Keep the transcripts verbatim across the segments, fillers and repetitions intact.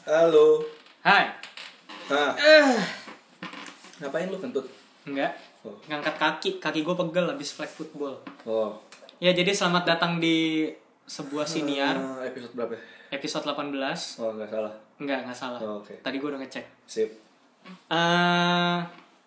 Halo. Hai. Hah. Eh. Ngapain lu kentut? Enggak. Oh. Ngangkat kaki, kaki gue pegel habis flag football. Oh. Ya jadi selamat datang di sebuah siniar. Uh, episode berapa? Episode delapan belas. Oh, enggak salah. Enggak, enggak salah. Oh, oke. Okay. Tadi gue udah ngecek. Sip. Uh,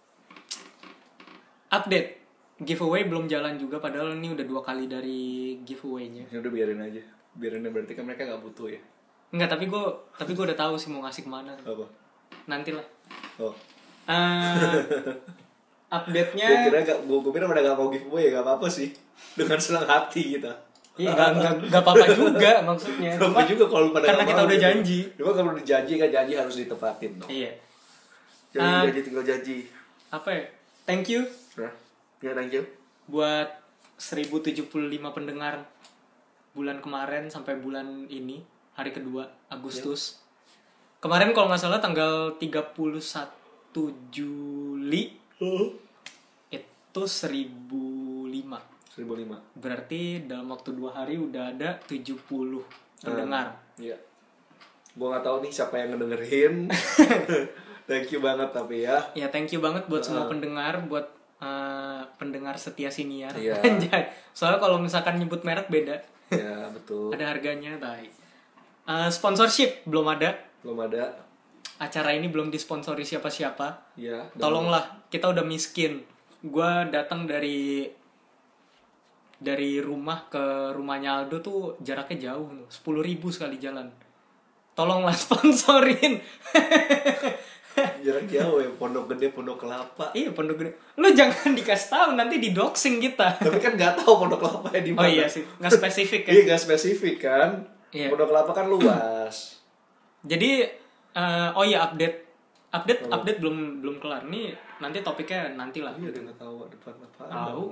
update. Giveaway belum jalan juga padahal ini udah dua kali dari giveaway-nya. Ya udah biarin aja. Biarin berarti kan mereka enggak butuh ya. Enggak, tapi gue tapi gue udah tahu sih mau ngasih kemana. Apa? Nantilah. Oh. Uh, update-nya. Gue kira gak, gue kira pada gak mau giveaway ya, gak apa-apa sih. Dengan senang hati kita. Iya, gak, gak, gak apa-apa juga maksudnya. Gak apa juga kalau pada karena kita mau, udah gitu. janji. Cuma kalau udah janji kan janji harus ditepatin dong. Iya. Jangan Uh, janji tinggal janji. Apa ya? Thank you. Nah, ya thank you. Buat seribu tujuh puluh lima pendengar bulan kemarin sampai bulan ini, hari kedua Agustus. Yeah. Kemarin kalau nggak salah tanggal tiga puluh satu Juli uh. itu seribu lima. seribu lima. Berarti dalam waktu dua hari udah ada tujuh puluh pendengar. Uh, iya. Gua nggak tahu nih siapa yang ngedengerin. Thank you banget tapi ya. Ya thank you banget buat uh. semua pendengar, buat uh, pendengar setia siniar. Iya. Soalnya kalau misalkan nyebut merek beda. Ya betul. Ada harganya, tai. Uh, sponsorship belum ada. Belum ada. Acara ini belum disponsori siapa-siapa. Iya. Tolonglah, kita udah miskin. Gua datang dari dari rumah ke rumahnya Aldo tuh jaraknya jauh, sepuluh ribu sekali jalan. Tolonglah sponsorin. Jarak jauh ya, Pondok Gede, Pondok Kelapa. Iya, Pondok Gede. Lu jangan dikasih tahu nanti di doxing kita. Tapi kan nggak tahu Pondok Kelapa di mana. Oh iya sih, nggak spesifik kan. Iya, nggak spesifik kan. Iya. Pondok Kelapa kan luas. Jadi uh, oh iya update update oh. update belum belum kelar. Nih nanti topiknya nanti lah. Iya, dia nggak tahu depan apa. Tahu.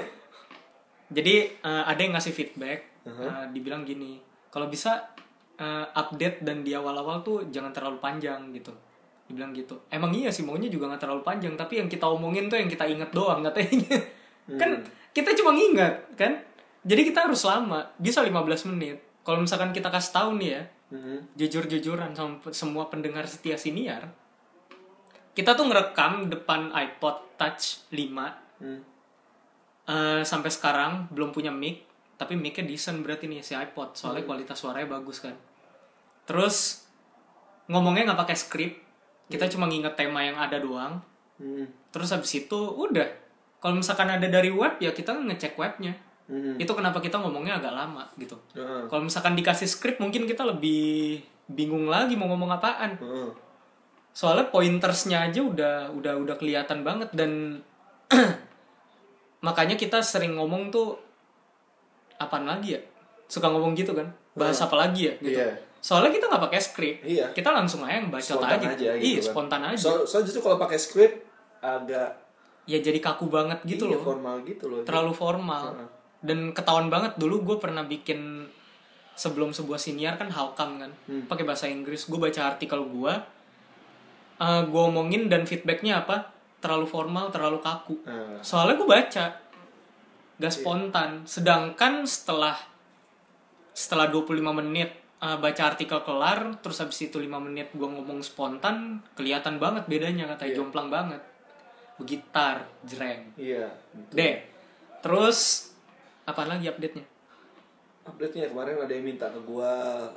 Jadi uh, ada yang ngasih feedback, uh-huh. uh, dibilang gini, kalau bisa uh, update dan di awal-awal tuh jangan terlalu panjang gitu. Dibilang gitu. Emang iya sih, maunya juga nggak terlalu panjang, tapi yang kita omongin tuh yang kita inget doang katanya. Hmm. Kan kita cuma nginget kan. Jadi kita harus lama, bisa lima belas menit. Kalau misalkan kita kasih tahu nih ya, hmm. jujur-jujuran sama semua pendengar setia siniar, kita tuh ngerekam depan iPod Touch lima. Hmm. Uh, sampai sekarang belum punya mic, tapi mic-nya decent berarti nih si iPod, soalnya hmm. kualitas suaranya bagus kan. Terus ngomongnya nggak pakai skrip, kita hmm. cuma nginget tema yang ada doang. Hmm. Terus habis itu udah, kalau misalkan ada dari web ya kita ngecek webnya. Hmm. Itu kenapa kita ngomongnya agak lama gitu. Hmm. Kalau misalkan dikasih skrip mungkin kita lebih bingung lagi mau ngomong apaan. Hmm. Soalnya pointersnya aja udah udah udah kelihatan banget dan makanya kita sering ngomong tuh apaan lagi ya? Suka ngomong gitu kan? Bahas hmm. apa lagi ya gitu. Yeah. Soalnya kita nggak pakai skrip. Iya. Kita langsung aja ngebacot aja. aja gitu. Iya, kan. Spontan aja. So, so justru kalau pakai skrip agak ya jadi kaku banget gitu iya, loh. Formal gitu loh. Terlalu formal. Uh-huh. Dan ketahuan banget dulu gue pernah bikin sebelum sebuah siniar kan How Come kan. Hmm. Pakai bahasa Inggris. Gue baca artikel gue. Uh, gue omongin dan feedbacknya apa? Terlalu formal, terlalu kaku. Uh. Soalnya gue baca, gak spontan. Sedangkan setelah setelah dua puluh lima menit uh, baca artikel kelar, terus habis itu lima menit gue ngomong spontan, kelihatan banget bedanya katanya, yeah. Jomplang banget. Begitar, jreng. Iya. Yeah, deh. Terus apa lagi update-nya? Update-nya kemarin ada yang minta ke gue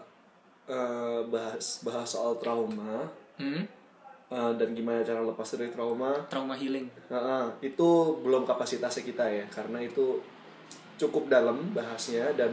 uh, bahas bahas soal trauma. Hmm? Uh, dan gimana cara lepas dari trauma trauma healing uh, uh, itu belum kapasitasnya kita ya, karena itu cukup dalam bahasnya dan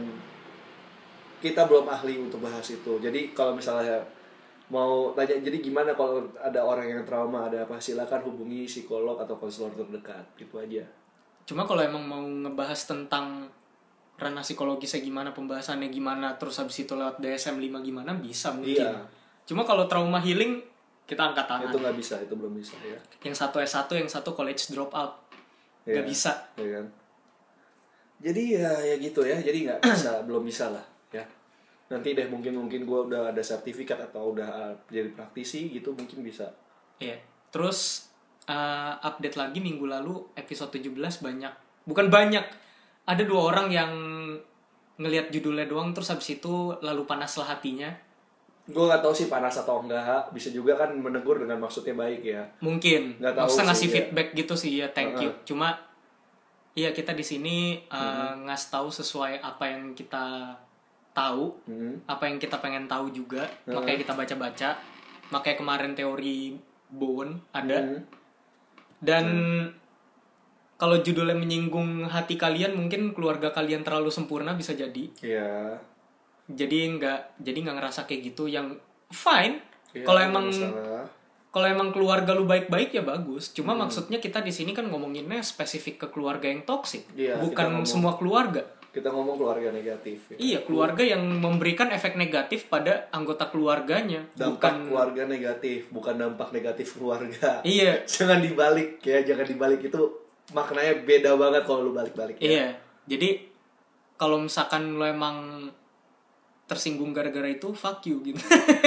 kita belum ahli untuk bahas itu. Jadi kalau misalnya mau tanya jadi gimana kalau ada orang yang trauma ada apa, silakan hubungi psikolog atau konselor terdekat, gitu aja. Cuma kalau emang mau ngebahas tentang ranah psikologisnya gimana, pembahasannya gimana, terus habis itu lewat D S M lima gimana, bisa mungkin. Iya. Cuma kalau trauma healing kita angkat tangan. Itu nggak bisa, itu belum bisa ya. Yang satu S satu, yang satu college drop out, nggak yeah. bisa. Ya kan? Jadi ya ya gitu ya, jadi nggak bisa, belum bisa lah ya. Nanti deh mungkin mungkin gue udah ada sertifikat atau udah jadi praktisi gitu mungkin bisa. Iya. Yeah. Terus uh, update lagi minggu lalu episode tujuh belas banyak, bukan banyak, ada dua orang yang ngelihat judulnya doang terus habis itu lalu panaslah hatinya. Gue nggak tahu sih panas atau enggak, bisa juga kan menegur dengan maksudnya baik ya. Mungkin nggak tahu maksudnya ngasih sih, feedback ya. Gitu sih ya, thank you. Uh-huh. Cuma iya kita di sini uh, mm-hmm. ngasih tahu sesuai apa yang kita tahu, mm-hmm. apa yang kita pengen tahu juga, uh-huh. makanya kita baca-baca, makanya kemarin teori Bowen ada, mm-hmm. dan mm. kalau judulnya menyinggung hati kalian, mungkin keluarga kalian terlalu sempurna bisa jadi. Iya. Yeah. Jadi nggak jadi nggak ngerasa kayak gitu, yang fine. Yeah, kalau emang kalau emang keluarga lu baik-baik ya bagus. Cuma hmm. maksudnya kita di sini kan ngomonginnya spesifik ke keluarga yang toksik, yeah, bukan ngomong, semua keluarga. Kita ngomong keluarga negatif. Ya. Iya, keluarga yang memberikan efek negatif pada anggota keluarganya. Dampak bukan keluarga negatif, bukan dampak negatif keluarga. Iya. Jangan dibalik ya, jangan dibalik, itu maknanya beda banget kalau lu balik-balik. Ya. Iya. Jadi kalau misalkan lu emang tersinggung gara-gara itu, fuck you gitu.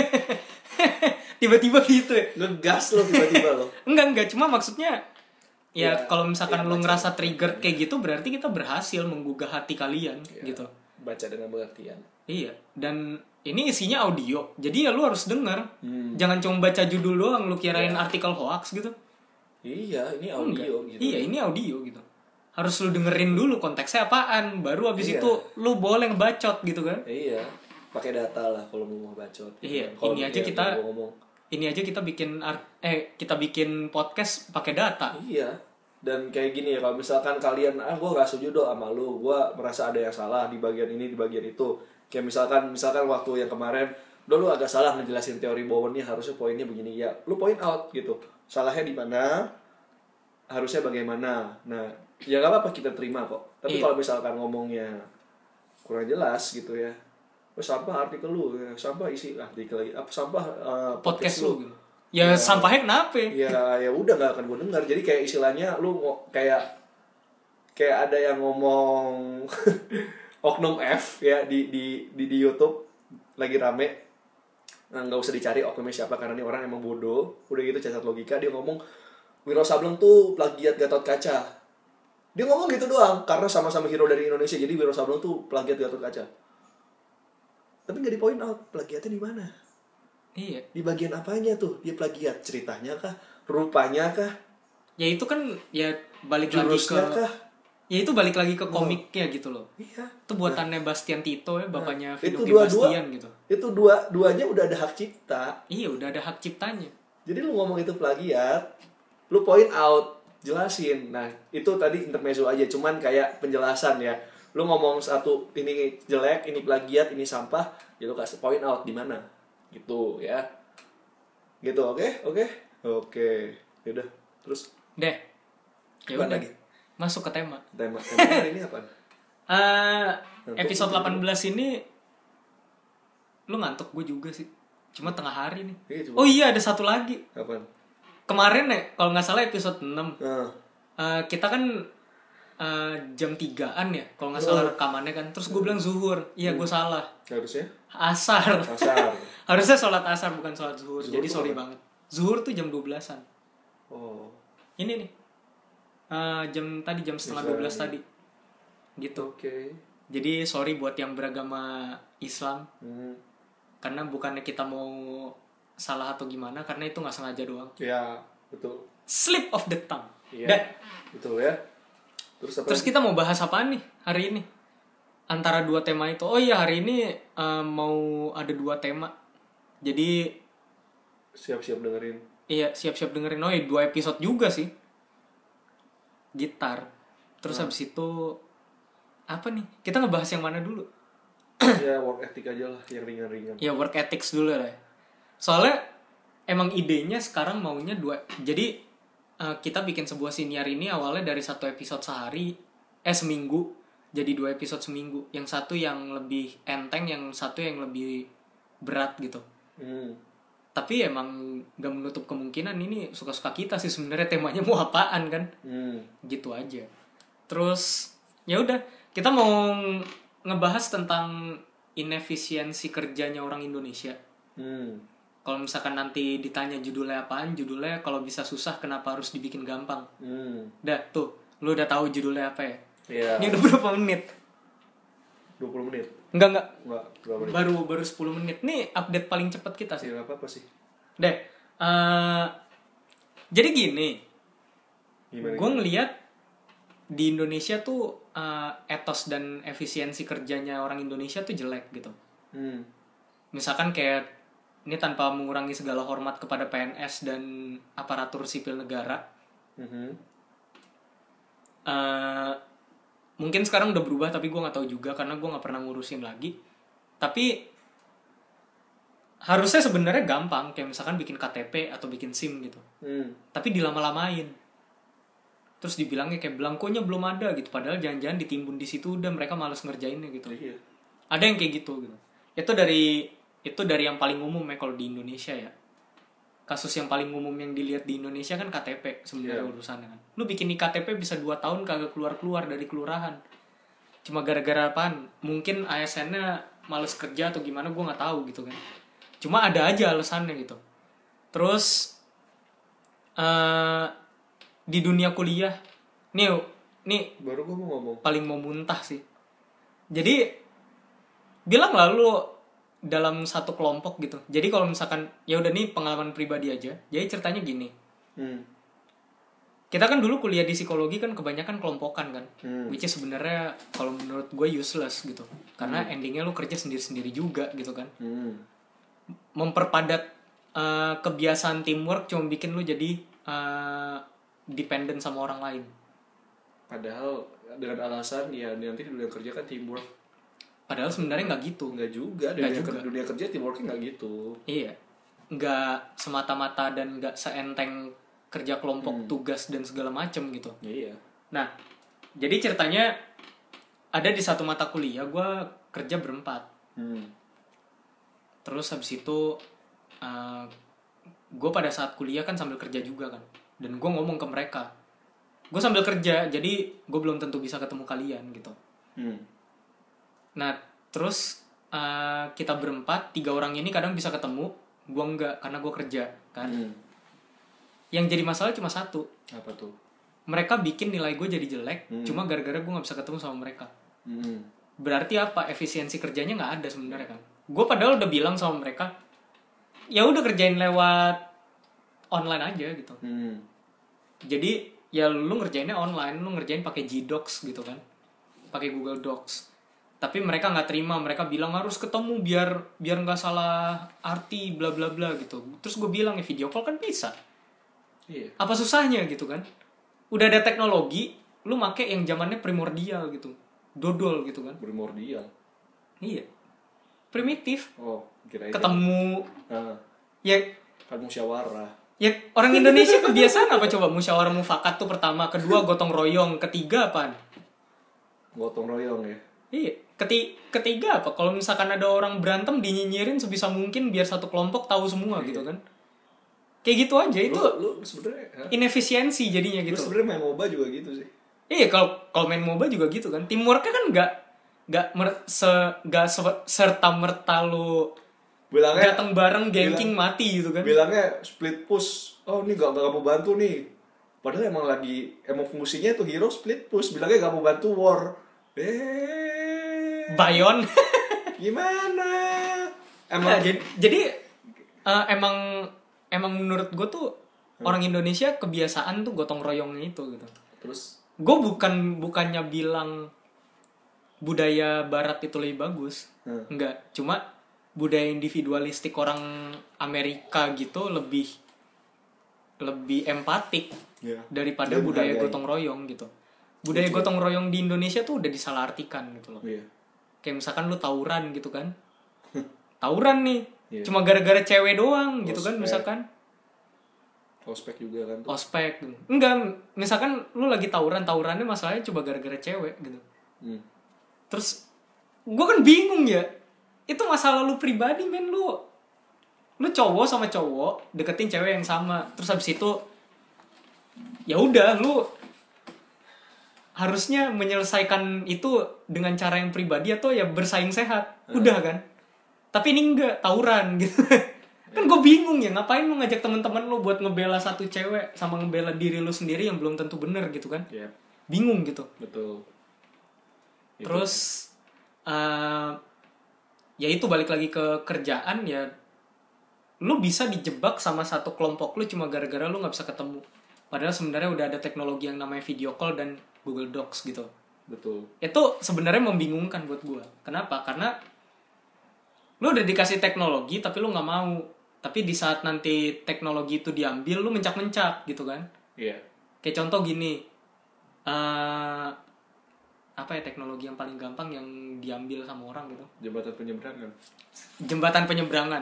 Tiba-tiba gitu ya. Ngegas lo tiba-tiba lo. Enggak, enggak. Cuma maksudnya ya, ya kalau misalkan ya, lu ngerasa trigger kayak gitu, berarti kita berhasil menggugah hati kalian ya, gitu. Baca dengan pengertian. Iya. Dan ini isinya audio. Jadi ya lu harus denger. Hmm. Jangan cuma baca judul doang, lu kirain ya. Artikel hoax gitu. Iya, ini audio enggak. gitu. Iya, ini audio gitu. Harus lu dengerin dulu konteksnya apaan, baru abis iya. itu lu boleh ngebacot gitu kan. Iya. Pakai data lah kalau mau bacot. Iya, kalo ini aja kita ini aja kita bikin eh kita bikin podcast pakai data. Iya. Dan kayak gini ya, kalau misalkan kalian ah gue gak setuju doh sama lu, gue merasa ada yang salah di bagian ini, di bagian itu. Kayak misalkan misalkan waktu yang kemarin, lo lu agak salah ngejelasin teori Bowen nih, harusnya poinnya begini ya. Lu point out gitu. Salahnya di mana? Harusnya bagaimana? Nah, ya gak apa-apa, kita terima kok. Tapi iya. kalau misalkan ngomongnya kurang jelas gitu ya. Oh, sampah artikel lu, ya, sampah isi artikel lagi, apa sampah uh, podcast, podcast lu. Gitu. Ya, ya sampahnya kenapa? Ya ya udah nggak akan gue dengar. Jadi kayak istilahnya lu kayak kayak ada yang ngomong oknum F ya di di di, di YouTube lagi rame. Nggak nah, usah dicari oknumnya siapa karena ini orang emang bodoh. Udah gitu cacat logika, dia ngomong Wiro Sableng tuh plagiat Gatot Kaca. Dia ngomong gitu doang karena sama-sama hero dari Indonesia. Jadi Wiro Sableng tuh plagiat Gatot Kaca. Tapi nggak di point out plagiatnya di mana? Iya. Di bagian apanya tuh dia plagiat? Ceritanya kah? Rupanya kah? Ya itu kan ya balik Jurusnya lagi ke. Kah? Ya itu balik lagi ke komiknya oh. gitu loh. Iya. Itu buatannya nah, Bastian Tito ya, bapaknya nah, Vino Bastian gitu. Itu dua duanya udah ada hak cipta. Iya, udah ada hak ciptanya. Jadi lu ngomong itu plagiat, lu point out, jelasin. Nah, itu tadi intermezzo aja, cuman kayak penjelasan ya. Lu ngomong satu ini jelek, ini plagiat, ini sampah, ya lu kasih point out di mana. Gitu ya. Gitu, oke? Okay? Oke. Okay? Oke. Okay. Yaudah, terus deh. Ya udah lagi. Masuk ke tema. Tema tema hari ini apa? Uh, episode delapan belas ini lu ngantuk, gue juga sih. Cuma tengah hari nih. Iya, oh iya, ada satu lagi. Kapan? Kemarin ya, kalau nggak salah episode enam. Uh. Uh, kita kan Uh, jam tigaan ya kalau nggak salah rekamannya kan, terus gue bilang zuhur. Iya, gue salah, harusnya asar, asar. Harusnya sholat asar bukan sholat zuhur, zuhur jadi sorry apa? banget. Zuhur tuh jam dua belasan. Oh, ini nih uh, jam tadi jam setengah dua belas tadi gitu. Oke, okay. Jadi sorry buat yang beragama Islam, hmm. karena bukannya kita mau salah atau gimana, karena itu nggak sengaja doang. Ya, betul, slip of the tongue. Iya, Dan, betul ya. Terus, apa Terus kita mau bahas apaan nih hari ini? Antara dua tema itu. Oh iya, hari ini uh, mau ada dua tema. Jadi siap-siap dengerin. Iya, siap-siap dengerin. Oh iya, dua episode juga sih. Gitar. Terus nah. habis itu apa nih? Kita ngebahas yang mana dulu? Ya work ethic aja lah, yang ringan-ringan. Ya work ethics dulu lah. Soalnya emang idenya sekarang maunya dua. Jadi Uh, kita bikin sebuah siniar ini awalnya dari satu episode sehari, eh seminggu, jadi dua episode seminggu. Yang satu yang lebih enteng, yang satu yang lebih berat gitu. Hmm. Tapi emang gak menutup kemungkinan ini suka-suka kita sih sebenarnya temanya mau apaan kan? Hmm. Gitu aja. Terus ya udah, kita mau ngebahas tentang inefisiensi kerjanya orang Indonesia. Hmm. Kalau misalkan nanti ditanya judulnya apaan, judulnya kalau bisa susah kenapa harus dibikin gampang. Hmm. Dah tuh, lu udah tahu judulnya apa ya? Iya. Ini udah berapa menit? dua puluh menit. Enggak, enggak. Enggak, berapa menit? Baru baru sepuluh menit. Nih update paling cepat kita sih. Ya, apa-apa sih. Deh. Uh, jadi gini. Gimana? Gue ngelihat di Indonesia tuh uh, etos dan efisiensi kerjanya orang Indonesia tuh jelek gitu. Hmm. Misalkan kayak ini tanpa mengurangi segala hormat kepada P N S dan aparatur sipil negara. Mm-hmm. Uh, mungkin sekarang udah berubah tapi gue nggak tahu juga karena gue nggak pernah ngurusin lagi. Tapi harusnya sebenarnya gampang kayak misalkan bikin K T P atau bikin SIM gitu. Mm. Tapi dilama-lamain. Terus dibilangnya kayak belangkonya belum ada gitu. Padahal jangan-jangan ditimbun di situ udah mereka malas ngerjainnya gitu. Iya. Ada yang kayak gitu gitu. Itu dari itu dari yang paling umum ya kalau di Indonesia ya. Kasus yang paling umum yang dilihat di Indonesia kan K T P sebenarnya yeah. urusannya kan. Lu bikin K T P bisa dua tahun kagak keluar-keluar dari kelurahan. Cuma gara-gara apaan? Mungkin A S N-nya males kerja atau gimana gue nggak tahu gitu kan. Cuma ada aja alasannya gitu. Terus uh, di dunia kuliah nih nih baru gue mau ngomong paling mau muntah sih. Jadi bilang lah lu dalam satu kelompok gitu. Jadi kalau misalkan ya udah nih pengalaman pribadi aja. Jadi ceritanya gini. Hmm. Kita kan dulu kuliah di psikologi kan kebanyakan kelompokan kan. Hmm. Which is sebenarnya kalau menurut gue useless gitu. Karena hmm. endingnya lu kerja sendiri-sendiri juga gitu kan. Hmm. Memperpadat uh, kebiasaan teamwork cuma bikin lu jadi uh, dependent sama orang lain. Padahal dengan alasan ya nanti di dunia kerja kan teamwork. Padahal sebenarnya nggak gitu. Nggak juga. Dunia, juga. Kerja, dunia kerja teamworknya nggak gitu. Iya. Nggak semata-mata dan nggak seenteng kerja kelompok, hmm. tugas dan segala macem gitu. Iya. Nah, jadi ceritanya ada di satu mata kuliah gue kerja berempat. Hmm. Terus habis itu uh, gue pada saat kuliah kan sambil kerja juga kan. Dan gue ngomong ke mereka. Gue sambil kerja, jadi gue belum tentu bisa ketemu kalian gitu. Hmm. Nah, terus uh, kita berempat, tiga orang ini kadang bisa ketemu, gue enggak, karena gue kerja, kan. Hmm. Yang jadi masalah cuma satu. Apa tuh? Mereka bikin nilai gue jadi jelek, hmm. cuma gara-gara gue gak bisa ketemu sama mereka. Hmm. Berarti apa? Efisiensi kerjanya gak ada sebenarnya kan. Gue padahal udah bilang sama mereka, ya udah kerjain lewat online aja gitu. Hmm. Jadi, ya lu ngerjainnya online, lu ngerjain pakai G-Docs gitu kan. Pakai Google Docs. Tapi mereka nggak terima, mereka bilang harus ketemu biar biar nggak salah arti bla bla bla gitu. Terus gue bilang ya video call kan bisa. Iya. Apa susahnya gitu kan? Udah ada teknologi, lu make yang zamannya primordial gitu, dodol gitu kan? Primordial. Iya. Primitif. Oh, kirain. Ketemu. Ah. Ya. Kan musyawarah. Ya orang Indonesia kebiasaan apa coba musyawarah mufakat tuh pertama, kedua gotong royong, ketiga apaan? Gotong royong ya. Iya. Keti- ketiga apa? Kalau misalkan ada orang berantem dinyinyirin sebisa mungkin biar satu kelompok tahu semua iya. gitu kan? Kayak gitu aja itu. Lu, lu sebenarnya inefisiensi jadinya gitu. Lu sebenarnya main MOBA juga gitu sih. Iya, kalau kalau main MOBA juga gitu kan. Teamworknya kan nggak nggak mer- se nggak se- serta merta lu bilangnya datang bareng ganking bilang, mati gitu kan. Bilangnya split push. Oh, ini gak, gak mau bantu nih. Padahal emang lagi emang fungsinya tuh hero split push. Bilangnya gak mau bantu war. Eh Bayon gimana emang nah, jadi, jadi uh, emang emang menurut gue tuh hmm. orang Indonesia kebiasaan tuh gotong royongnya itu gitu. Terus gue bukan bukannya bilang budaya Barat itu lebih bagus, hmm. enggak, cuma budaya individualistik orang Amerika gitu lebih lebih empatik yeah. daripada yeah, budaya yeah, gotong royong gitu. Budaya yeah. gotong royong di Indonesia tuh udah disalahartikan gitu loh. Yeah. Kayak misalkan lu tawuran gitu kan. Tawuran nih. Yeah. Cuma gara-gara cewek doang gitu Ospek. Kan misalkan. Ospek juga kan tuh. Ospek. Enggak, misalkan lu lagi tawuran, tawurannya masalahnya coba gara-gara cewek gitu. Hmm. Terus gue kan bingung ya. Itu masalah lu pribadi men lu. Lu cowok sama cowok deketin cewek yang sama. Terus habis itu ya udah lu harusnya menyelesaikan itu dengan cara yang pribadi atau ya bersaing sehat. Udah kan. Tapi ini enggak, tawuran gitu. Kan gue bingung ya, ngapain lu ngajak teman-teman lu buat ngebela satu cewek sama ngebela diri lu sendiri yang belum tentu bener gitu kan. Yep. Bingung gitu. Betul. Terus uh, ya itu balik lagi ke kerjaan ya, lu bisa dijebak sama satu kelompok lu cuma gara-gara lu nggak bisa ketemu. Padahal sebenarnya udah ada teknologi yang namanya video call dan Google Docs gitu. Betul. Itu sebenarnya membingungkan buat gua. Kenapa? Karena lu udah dikasih teknologi tapi lu nggak mau. Tapi di saat nanti teknologi itu diambil, lu mencak-mencak gitu kan? Iya. Yeah. Kayak contoh gini, uh, apa ya teknologi yang paling gampang yang diambil sama orang gitu? Jembatan penyeberangan. Jembatan penyeberangan.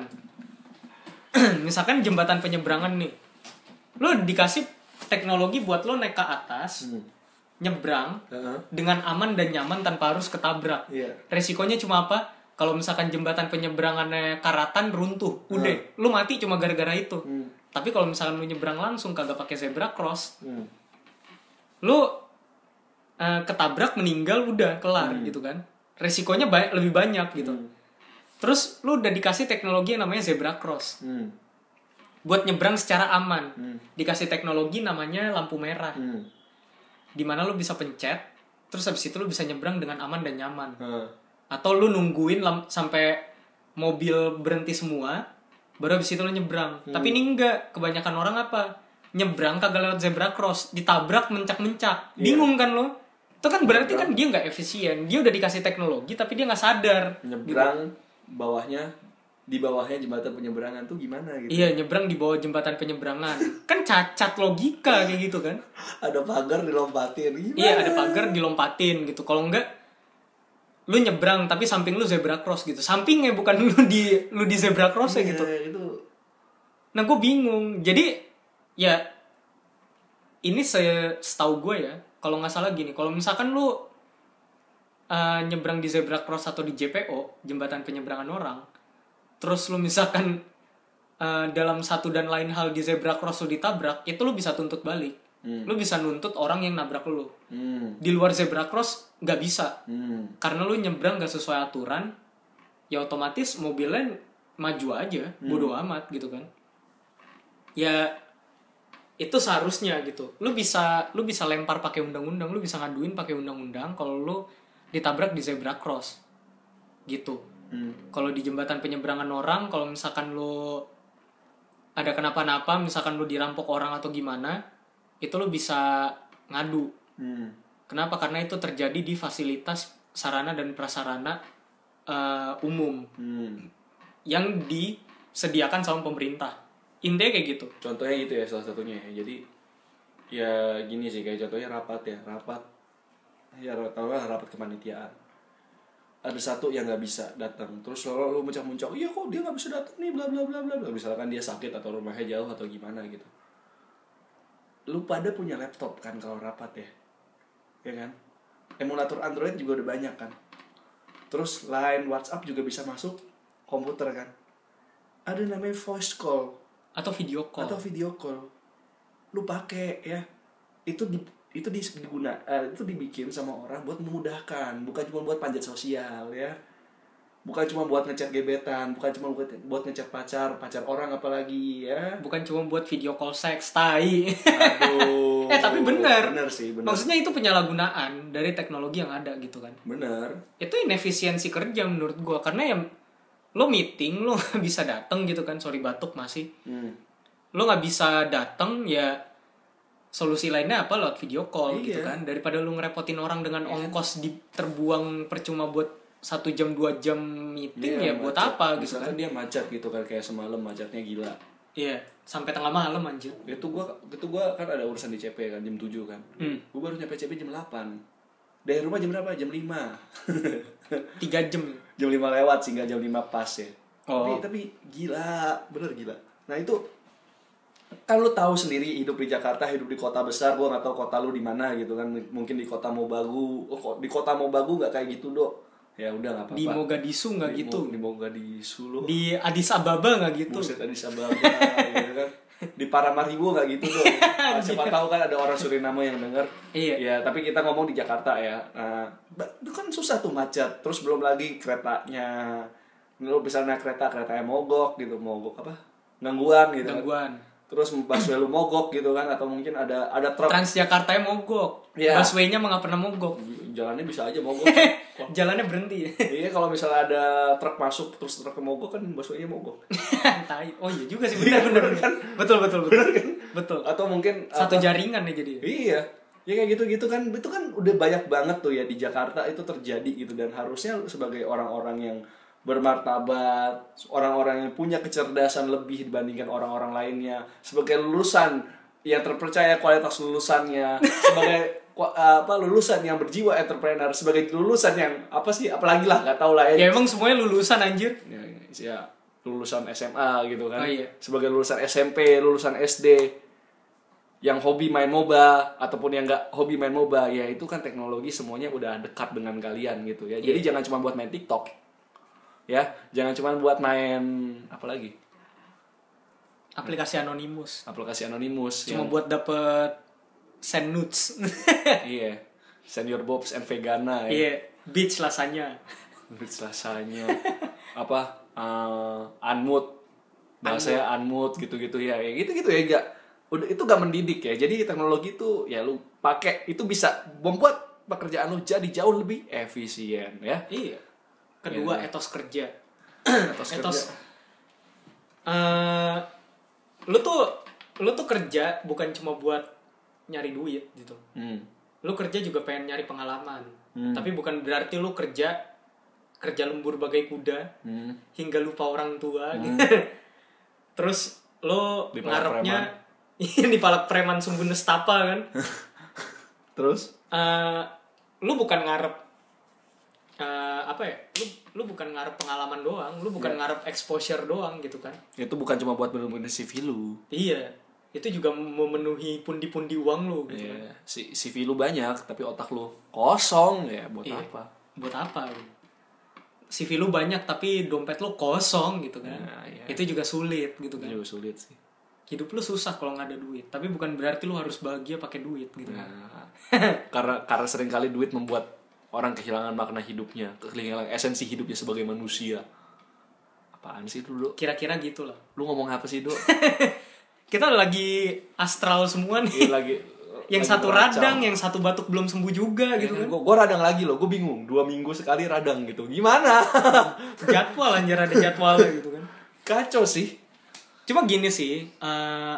Misalkan jembatan penyeberangan nih, lu dikasih teknologi buat lu naik ke atas, hmm. nyebrang uh-huh. dengan aman dan nyaman tanpa harus ketabrak. Yeah. Resikonya cuma apa? Kalau misalkan jembatan penyeberangannya karatan runtuh, udah, uh. lu mati cuma gara-gara itu. Hmm. Tapi kalau misalkan lu nyebrang langsung kagak pakai zebra cross, hmm. lu uh, ketabrak meninggal udah kelar hmm. gitu kan. Resikonya ba- lebih banyak gitu. Hmm. Terus lu udah dikasih teknologi yang namanya zebra cross. Hmm. Buat nyebrang secara aman. Hmm. Dikasih teknologi namanya lampu merah. Hmm. Dimana lu bisa pencet, terus habis itu lu bisa nyebrang dengan aman dan nyaman. Hmm. Atau lu nungguin lam- sampai mobil berhenti semua, baru habis itu lu nyebrang. Hmm. Tapi ini enggak, kebanyakan orang apa? Nyebrang kagak lewat zebra cross, ditabrak mencak-mencak. Yeah. Bingung kan lu? Itu kan berarti nyebrang. Kan dia nggak efisien. Dia udah dikasih teknologi tapi dia nggak sadar. Nyebrang gitu. Bawahnya, di bawahnya jembatan penyeberangan tuh gimana gitu? Iya, nyebrang di bawah jembatan penyeberangan. Kan cacat logika kayak gitu kan? Ada pagar dilompatin. Gimana? Iya, ada pagar dilompatin gitu. Kalau enggak lu nyebrang tapi samping lu zebra cross gitu. Sampingnya bukan lu di lu di zebra cross ya gitu. Itu. Nah, gue bingung. Jadi ya ini saya setahu gue ya, kalau nggak salah gini, kalau misalkan lu uh, nyebrang di zebra cross atau di J P O, jembatan penyeberangan orang, terus lu misalkan uh, dalam satu dan lain hal di zebra cross lu ditabrak, itu lu bisa tuntut balik. Hmm. Lu bisa nuntut orang yang nabrak lu. Hmm. Di luar zebra cross nggak bisa. Hmm. Karena lu nyebrang nggak sesuai aturan, ya otomatis mobilnya maju aja, hmm. bodo amat gitu kan. Ya itu seharusnya gitu. Lu bisa lu bisa lempar pakai undang-undang, lu bisa ngaduin pakai undang-undang kalau lu ditabrak di zebra cross. Gitu. Hmm. Kalau di jembatan penyeberangan orang, kalau misalkan lu ada kenapa-napa, misalkan lu dirampok orang atau gimana, itu lo bisa ngadu. Hmm. Kenapa? Karena itu terjadi di fasilitas sarana dan prasarana uh, umum hmm. yang disediakan sama pemerintah. Intinya kayak gitu. Contohnya gitu ya salah satunya. Jadi ya gini sih, kayak contohnya rapat ya, rapat ya tahu lah rapat kepanitiaan. Ada satu yang nggak bisa datang, terus lo lo muncak-muncak, iya kok dia nggak bisa datang nih, bla bla bla bla. Misalkan dia sakit atau rumahnya jauh atau gimana gitu. Lu pada punya laptop kan kalau rapat ya, ya kan? Emulator Android juga udah banyak kan. Terus Line, WhatsApp juga bisa masuk komputer kan. Ada namanya voice call atau video call. Atau video call. Lu pakai ya. Itu di itu diguna uh, itu dibikin sama orang buat memudahkan, bukan cuma buat panjat sosial ya. Bukan cuma buat ngechat gebetan, bukan cuma buat buat ngechat pacar, pacar orang apalagi ya. Bukan cuma buat video call seks, tai. Aduh. eh tapi benar. Benar sih, benar. Maksudnya itu penyalahgunaan dari teknologi yang ada gitu kan. Benar. Itu inefisiensi kerja menurut gua, karena ya lo meeting lo nggak bisa datang gitu kan, sorry batuk masih. Hmm. Lo nggak bisa datang ya, solusi lainnya apa, lewat video call iya. gitu kan, daripada lo ngerepotin orang dengan iya. ongkos di terbuang percuma buat satu jam dua jam meeting yeah, ya buat macet. Apa gitu misalkan kan. Dia macet gitu kan, kayak semalam macetnya gila. Iya, sampai tengah malam anjir. Itu gua itu gua kan ada urusan di C P kan jam tujuh kan. Hmm. Gua baru nyampe C P jam delapan. Dari rumah jam berapa? Jam lima. tiga jam. Jam lima lewat sih, enggak jam lima pas ya. Oh. Tapi tapi gila, bener gila. Nah, itu kan lu tahu sendiri, hidup di Jakarta, hidup di kota besar, gua enggak tahu kota lu di mana gitu kan. Mungkin di kota Mobagu. Oh, di kota Mobagu enggak kayak gitu, Dok. Ya udah nggak apa-apa. Di Mogadishu nggak gitu. Di Mogadishu loh. Di Addis Ababa nggak gitu. Buset, Addis Ababa gitu kan. Di Paramaribo nggak gitu loh. Nah, siapa tahu kan ada orang Suriname yang denger. Iya. Ya tapi kita ngomong di Jakarta ya. Nah, itu kan susah tuh macet. Terus belum lagi keretanya. Lo bisa naik kereta, keretanya mogok gitu, mogok apa? Gangguan gitu. Gangguan. Kan. terus busway lu mogok gitu kan, atau mungkin ada ada truk Transjakarta mogok, yeah. busway-nya mah nggak pernah mogok, jalannya bisa aja mogok. Jalannya berhenti. Iya, kalau misalnya ada truk masuk terus truk mogok kan busway-nya mogok. Tai. Oh iya juga sih, benar benar kan, betul betul betul kan, betul. Atau mungkin satu apa, jaringan ya jadi. Iya, ya kayak gitu-gitu kan, itu kan udah banyak banget tuh ya di Jakarta itu terjadi gitu, dan harusnya sebagai orang-orang yang bermartabat, orang-orang yang punya kecerdasan lebih dibandingkan orang-orang lainnya, sebagai lulusan yang terpercaya kualitas lulusannya, sebagai apa lulusan yang berjiwa entrepreneur, sebagai lulusan yang apa sih, apalagi lah nggak tahu lah ya. Ya emang semuanya lulusan anjir. Ya, ya lulusan S M A gitu kan. Oh, iya. Sebagai lulusan S M P, lulusan S D yang hobi main MOBA ataupun yang nggak hobi main MOBA, ya itu kan teknologi semuanya udah dekat dengan kalian gitu ya. Jadi yeah. jangan cuma buat main TikTok. Ya, jangan cuma buat main apa lagi? Aplikasi anonimus. Aplikasi anonimus. Cuma yang... buat dapet send nudes. Iya. Send your bobs and vegana ya. Iya, beach lasanya. Beach lasanya. Apa? Uh, unmute. Bahasanya unmute gitu-gitu ya. Ya gitu-gitu ya enggak. Udah itu gak mendidik ya. Jadi teknologi itu ya lu pakai itu bisa membuat pekerjaan lu jadi jauh lebih efisien ya. Iya. Kedua, ya, etos kerja. etos, etos kerja. Uh, lu tuh lu tuh kerja bukan cuma buat nyari duit gitu. Hmm. Lu kerja juga pengen nyari pengalaman. Hmm. Tapi bukan berarti lu kerja kerja lembur bagai kuda hmm. hingga lupa orang tua. Hmm. Gitu. Terus lu ngarepnya di palak preman sumbu nestapa kan. Terus uh, lu bukan ngarep Uh, apa ya, lu lu bukan ngarep pengalaman doang, lu bukan yeah. ngarep exposure doang gitu kan. Itu bukan cuma buat memenuhi C V lu. Iya, itu juga memenuhi pundi-pundi uang lu gitu yeah. kan. C V lu banyak tapi otak lu kosong ya, buat yeah. apa? Buat apa? C V lu banyak tapi dompet lu kosong gitu kan. Nah, yeah. Itu juga sulit gitu kan. Itu juga sulit sih. Hidup lu susah kalau nggak ada duit, tapi bukan berarti lu harus bahagia pakai duit gitu kan. Nah, karena karena seringkali duit membuat orang kehilangan makna hidupnya, kehilangan esensi hidupnya sebagai manusia. Apaan sih itu, Dok? Kira-kira gitu lah. Lu ngomong apa sih, Dok? Kita lagi astral semua nih. Iya, lagi. Yang lagi satu meracau. Radang, yang satu batuk belum sembuh juga ya, gitu kan. Gue radang lagi loh, gue bingung. Dua minggu sekali radang gitu. Gimana? Jadwal anjir, ada jadwalnya gitu kan. Kacau sih. Cuma gini sih, uh,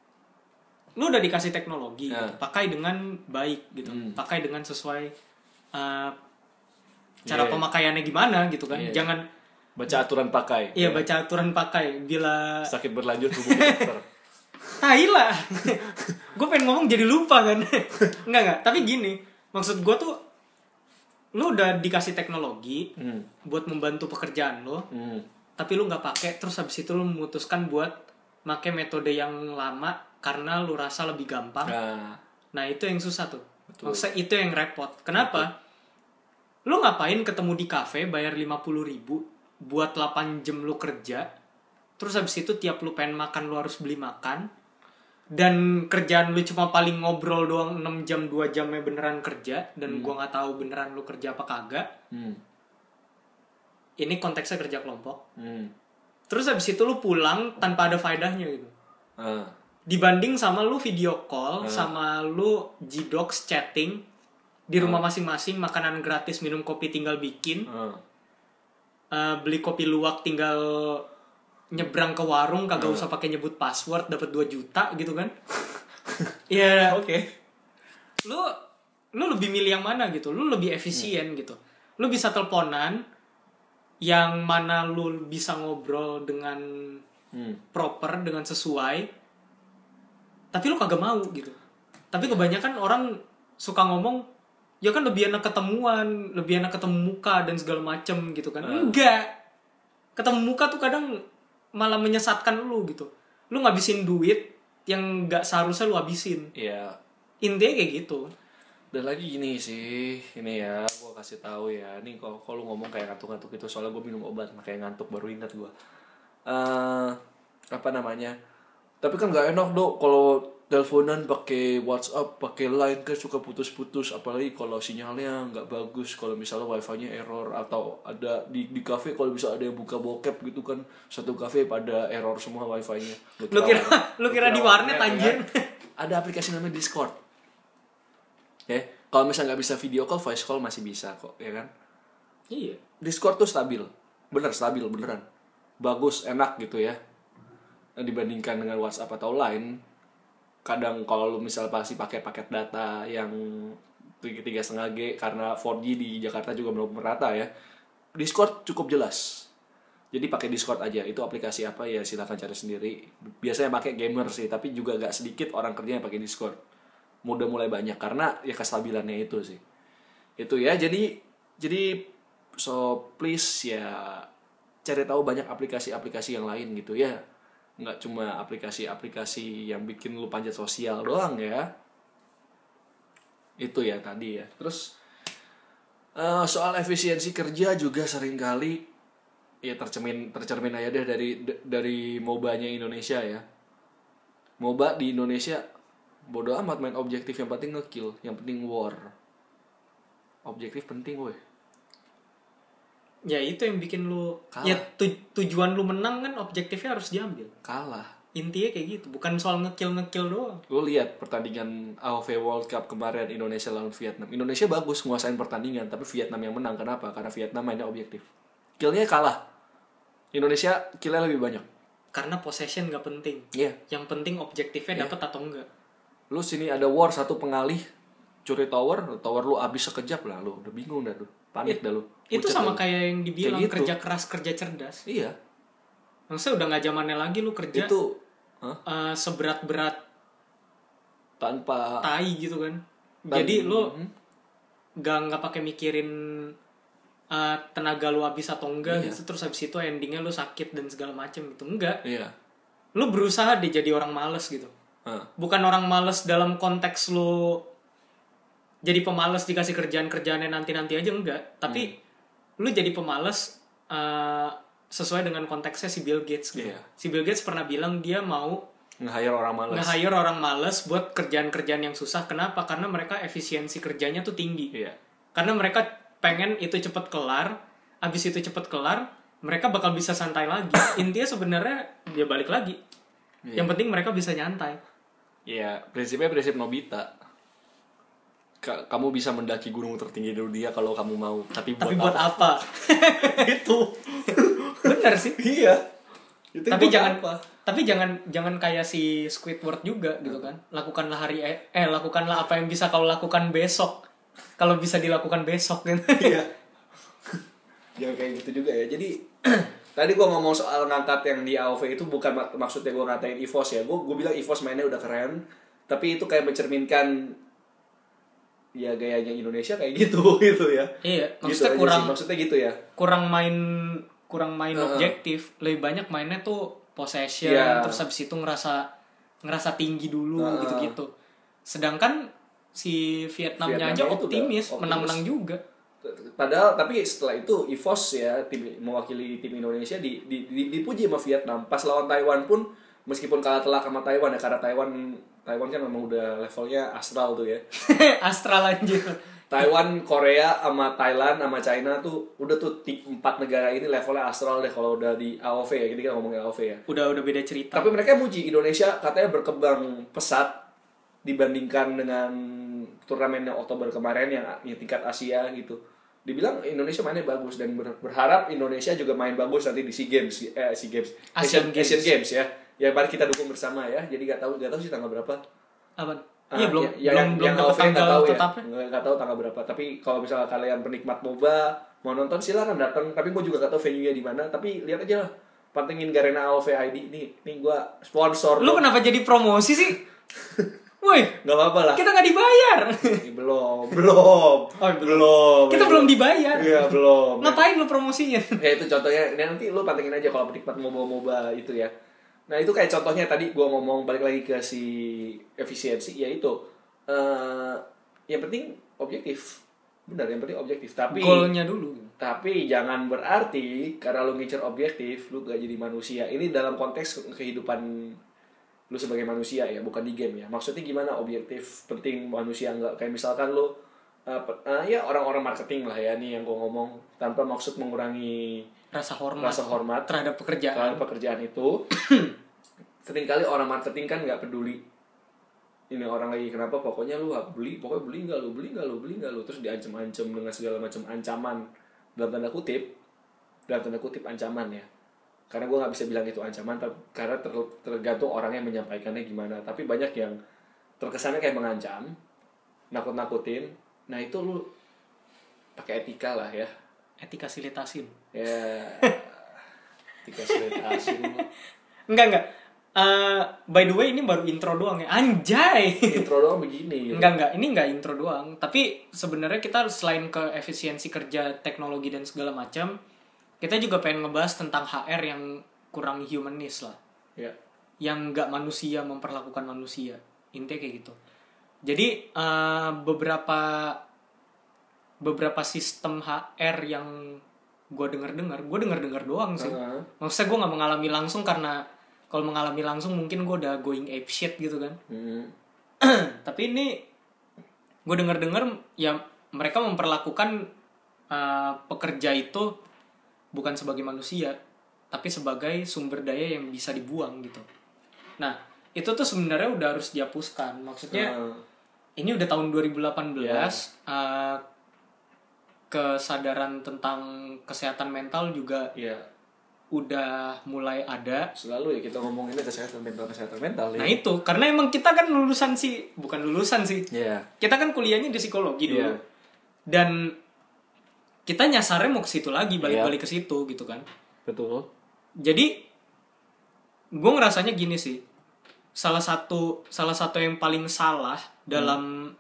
lu udah dikasih teknologi, nah. gitu. Pakai dengan baik gitu. Hmm. Pakai dengan sesuai Uh, cara yeah. pemakaiannya gimana gitu kan. Yeah. Jangan baca aturan pakai. Iya, yeah, baca aturan pakai. Bila sakit berlanjut hubungi dokter. Tai lah. Gue pengen ngomong jadi lupa kan. Enggak enggak, tapi gini, maksud gue tuh lu udah dikasih teknologi hmm. buat membantu pekerjaan lo. Hmm. Tapi lu enggak pakai, terus habis itu lu memutuskan buat pakai metode yang lama karena lu rasa lebih gampang. Nah, nah itu yang susah tuh. Betul. Maksudnya itu yang repot. Kenapa? Betul. Lu ngapain ketemu di kafe bayar lima puluh ribu buat delapan jam lu kerja, terus habis itu tiap lu pengen makan lu harus beli makan, dan kerjaan lu cuma paling ngobrol doang enam jam, dua jamnya beneran kerja, dan hmm. gua gak tahu beneran lu kerja apa kagak. Hmm. Ini konteksnya kerja kelompok. Hmm. Terus habis itu lu pulang tanpa ada faedahnya gitu. Uh. Dibanding sama lu video call, uh. sama lu G-Docs chatting di rumah masing-masing, makanan gratis, minum kopi tinggal bikin, uh. Uh, beli kopi luwak tinggal nyebrang ke warung, kagak uh. usah pakai nyebut password, dapat dua juta gitu kan. Iya. Oke. Okay. Lu lu lebih milih yang mana gitu? Lu lebih efisien hmm. gitu. Lu bisa teleponan yang mana lu bisa ngobrol dengan hmm. proper, dengan sesuai. Tapi lu kagak mau gitu. Tapi kebanyakan orang suka ngomong, ya kan lebih enak ketemuan, lebih enak ketemu muka dan segala macem gitu kan. Uh. Enggak. Ketemu muka tuh kadang malah menyesatkan lu gitu. Lu ngabisin duit yang gak seharusnya lu habisin. Iya. Yeah. Intinya kayak gitu. Dan lagi gini sih, ini ya, gue kasih tahu ya. Nih kalau kalau lu ngomong kayak ngantuk-ngantuk itu, soalnya gue minum obat, makanya ngantuk baru ingat gue. Uh, apa namanya? Tapi kan gak enak, Dok, kalau teleponan pakai WhatsApp, pakai Line kan suka putus-putus, apalagi kalau sinyalnya nggak bagus, kalau misalnya wifi-nya error, atau ada di di kafe kalau bisa ada yang buka bokep gitu kan, satu kafe pada error semua wifi-nya. Lu kira lu kira di warnet anjir. Ya. Ada aplikasi namanya Discord. Ya, okay? Kalau misalnya nggak bisa video call, voice call masih bisa kok, ya kan? Iya. Discord tuh stabil, bener stabil beneran, bagus, enak gitu ya, dibandingkan dengan WhatsApp atau Line. Kadang kalau lu misal pasti pakai paket data yang tiga setengah G karena empat G di Jakarta juga belum merata ya, Discord cukup jelas. Jadi pakai Discord aja. Itu aplikasi apa ya silakan cari sendiri. Biasanya pakai gamer sih, tapi juga gak sedikit orang kerja yang pakai Discord. Udah mulai banyak karena ya kestabilannya itu sih. Itu ya. Jadi jadi so please ya cari tahu banyak aplikasi-aplikasi yang lain gitu ya. Nggak cuma aplikasi-aplikasi yang bikin lu panjat sosial doang ya. Itu ya tadi ya. Terus uh, soal efisiensi kerja juga seringkali ya tercermin tercermin aja deh dari dari MOBA-nya Indonesia ya. MOBA di Indonesia bodo amat main objektif, yang penting ngekill, yang penting war. Objektif penting woi. Ya itu yang bikin lu kalah. Ya tu, tujuan lu menang kan objektifnya harus diambil. Kalah. Intinya kayak gitu, bukan soal ngekill-ngekill doang. Lu lihat pertandingan A O V World Cup kemarin Indonesia lawan Vietnam. Indonesia bagus nguasain pertandingan, tapi Vietnam yang menang. Kenapa? Karena Vietnam mainnya objektif. Killnya kalah. Indonesia killnya lebih banyak. Karena possession gak penting. Iya. Yeah. Yang penting objektifnya yeah. dapat atau enggak. Lu sini ada war satu pengalih curi tower, tower lu abis sekejap lah, lu udah bingung dah lu. Panik It, dah lu. Itu sama kayak yang dibilang kayak gitu. Kerja keras, kerja cerdas. Iya. Maksudnya udah gak zamannya lagi lu kerja itu huh? uh, seberat-berat tanpa tai gitu kan. Tan- Jadi lu hmm? gak nggak pakai mikirin uh, tenaga lu habis atau enggak iya. gitu. Terus habis itu endingnya lu sakit dan segala macem gitu. Enggak. Iya. Lu berusaha deh jadi orang malas gitu. Huh? Bukan orang malas dalam konteks lu jadi pemalas dikasih kerjaan-kerjaannya nanti-nanti aja, enggak. Tapi hmm. lu jadi pemalas uh, sesuai dengan konteksnya si Bill Gates gitu. Yeah. Si Bill Gates pernah bilang dia mau nge-hire orang malas. Nge-hire orang malas buat kerjaan-kerjaan yang susah. Kenapa? Karena mereka efisiensi kerjanya tuh tinggi. Yeah. Karena mereka pengen itu cepet kelar. Abis itu cepet kelar, mereka bakal bisa santai lagi. Intinya sebenarnya dia balik lagi. Yeah. Yang penting mereka bisa nyantai. Iya, yeah, prinsipnya prinsip Nobita. Kamu bisa mendaki gunung tertinggi dunia kalau kamu mau, tapi buat, tapi buat apa? apa? Itu benar sih. Iya. Itu tapi jangan apa? Tapi jangan jangan kayak si Squidward juga gitu kan. Lakukanlah hari eh, eh lakukanlah apa yang bisa kau lakukan besok. Kalau bisa dilakukan besok gitu. Iya. Jangan kayak gitu juga ya. Jadi tadi gua ngomong soal ngangkat yang di A O V itu bukan mak- maksudnya gua ngatain EVOS ya. Gua gua bilang EVOS mainnya udah keren, tapi itu kayak mencerminkan ya gayanya Indonesia kayak gitu gitu ya. Iya, gitu maksudnya kurang maksudnya gitu ya. Kurang main kurang main uh, objektif, lebih banyak mainnya tuh possession, yeah. Terus habis itu ngerasa ngerasa tinggi dulu uh, gitu-gitu. Sedangkan si Vietnamnya aja optimis, menang-menang juga. Padahal tapi setelah itu EVOS ya tim mewakili tim Indonesia di, di, di dipuji sama Vietnam. Pas lawan Taiwan pun meskipun kalah telak sama Taiwan ya, karena Taiwan Taiwan kan memang udah levelnya astral tuh ya. Astral anjir. Taiwan, Korea, sama Thailand, sama China tuh udah tuh empat negara ini levelnya astral deh kalau udah di A O V ya. Jadi kita ngomongin A O V ya. Udah udah beda cerita. Tapi mereka muji Indonesia katanya berkembang pesat dibandingkan dengan turnamennya Oktober kemarin yang, yang tingkat Asia gitu. Dibilang Indonesia mainnya bagus dan ber, berharap Indonesia juga main bagus nanti di SEA Games, eh SEA Games, Asian, Asian Games. Asian Games ya. Ya mari kita dukung bersama ya. Jadi nggak tahu nggak tahu sih tanggal berapa. Apa? Ah, iya belum ya, belum yang, belum yang tanggal tahu tetap ya. Nggak, nggak tahu tanggal berapa. Tapi kalau misalnya kalian penikmat MOBA mau nonton silakan datang. Tapi gue juga nggak tahu venue-nya di mana. Tapi lihat aja lah. Pantengin Garena A O V I D nih. Nih gue sponsor. Lu dong. Kenapa jadi promosi sih? Woi, nggak apa-apa lah. Kita nggak dibayar. belum, belum, oh, belum. Kita belum dibayar. Iya belum. Ngapain lu promosinya? Ya itu contohnya. Nanti lu pantengin aja kalau penikmat MOBA-MOBA itu ya. Nah itu kayak contohnya tadi gue ngomong balik lagi ke si efisiensi, yaitu uh, yang penting objektif, benar yang penting objektif. Tapi goalnya dulu. Tapi jangan berarti karena lu ngincer objektif lu gak jadi manusia. Ini dalam konteks kehidupan lu sebagai manusia ya, bukan di game ya. Maksudnya gimana objektif penting manusia enggak, kayak misalkan lu uh, uh, ya orang-orang marketing lah ya nih yang gue ngomong, tanpa maksud mengurangi rasa hormat, rasa hormat terhadap pekerjaan terhadap pekerjaan itu. Seringkali orang marketing kan nggak peduli ini orang lagi kenapa, pokoknya lu beli, pokoknya beli nggak lu, beli nggak lu, beli nggak lu, terus diancam-ancam dengan segala macam ancaman dalam tanda kutip, dalam tanda kutip ancaman ya. Karena gue nggak bisa bilang itu ancaman, karena ter, tergantung orang yang menyampaikannya gimana. Tapi banyak yang terkesannya kayak mengancam, nakut-nakutin. Nah itu lu pakai etika lah ya. Etika silitasin. Ya, etika silitasin. Enggak enggak. Uh, by the way ini baru intro doang ya, anjay. Intro doang begini. Gitu. Enggak enggak, ini enggak intro doang. Tapi sebenarnya kita selain ke efisiensi kerja, teknologi dan segala macam, kita juga pengen ngebahas tentang H R yang kurang humanis lah. Ya. Yang enggak manusia memperlakukan manusia. Intinya kayak gitu. Jadi uh, beberapa beberapa sistem H R yang gue dengar-dengar, gue dengar-dengar doang sih. Uh-huh. Maksudnya gue nggak mengalami langsung, karena kalau mengalami langsung mungkin gue udah going apeshit gitu kan. Hmm. Tapi ini gue dengar-dengar ya mereka memperlakukan uh, pekerja itu bukan sebagai manusia, tapi sebagai sumber daya yang bisa dibuang gitu. Nah itu tuh sebenarnya udah harus dihapuskan. Maksudnya uh. ini udah tahun dua ribu delapan belas. Yeah. Uh, kesadaran tentang kesehatan mental juga yeah. udah mulai ada. Selalu ya kita ngomonginnya kesehatan mental, kesehatan mental. Nah ya. Itu karena emang kita kan lulusan sih, bukan lulusan sih. Yeah. Kita kan kuliahnya di psikologi dulu. Yeah. Dan kita nyasarnya mau ke situ lagi, balik-balik yeah. ke situ gitu kan. Betul. Jadi gue ngerasanya gini sih. Salah satu salah satu yang paling salah dalam hmm.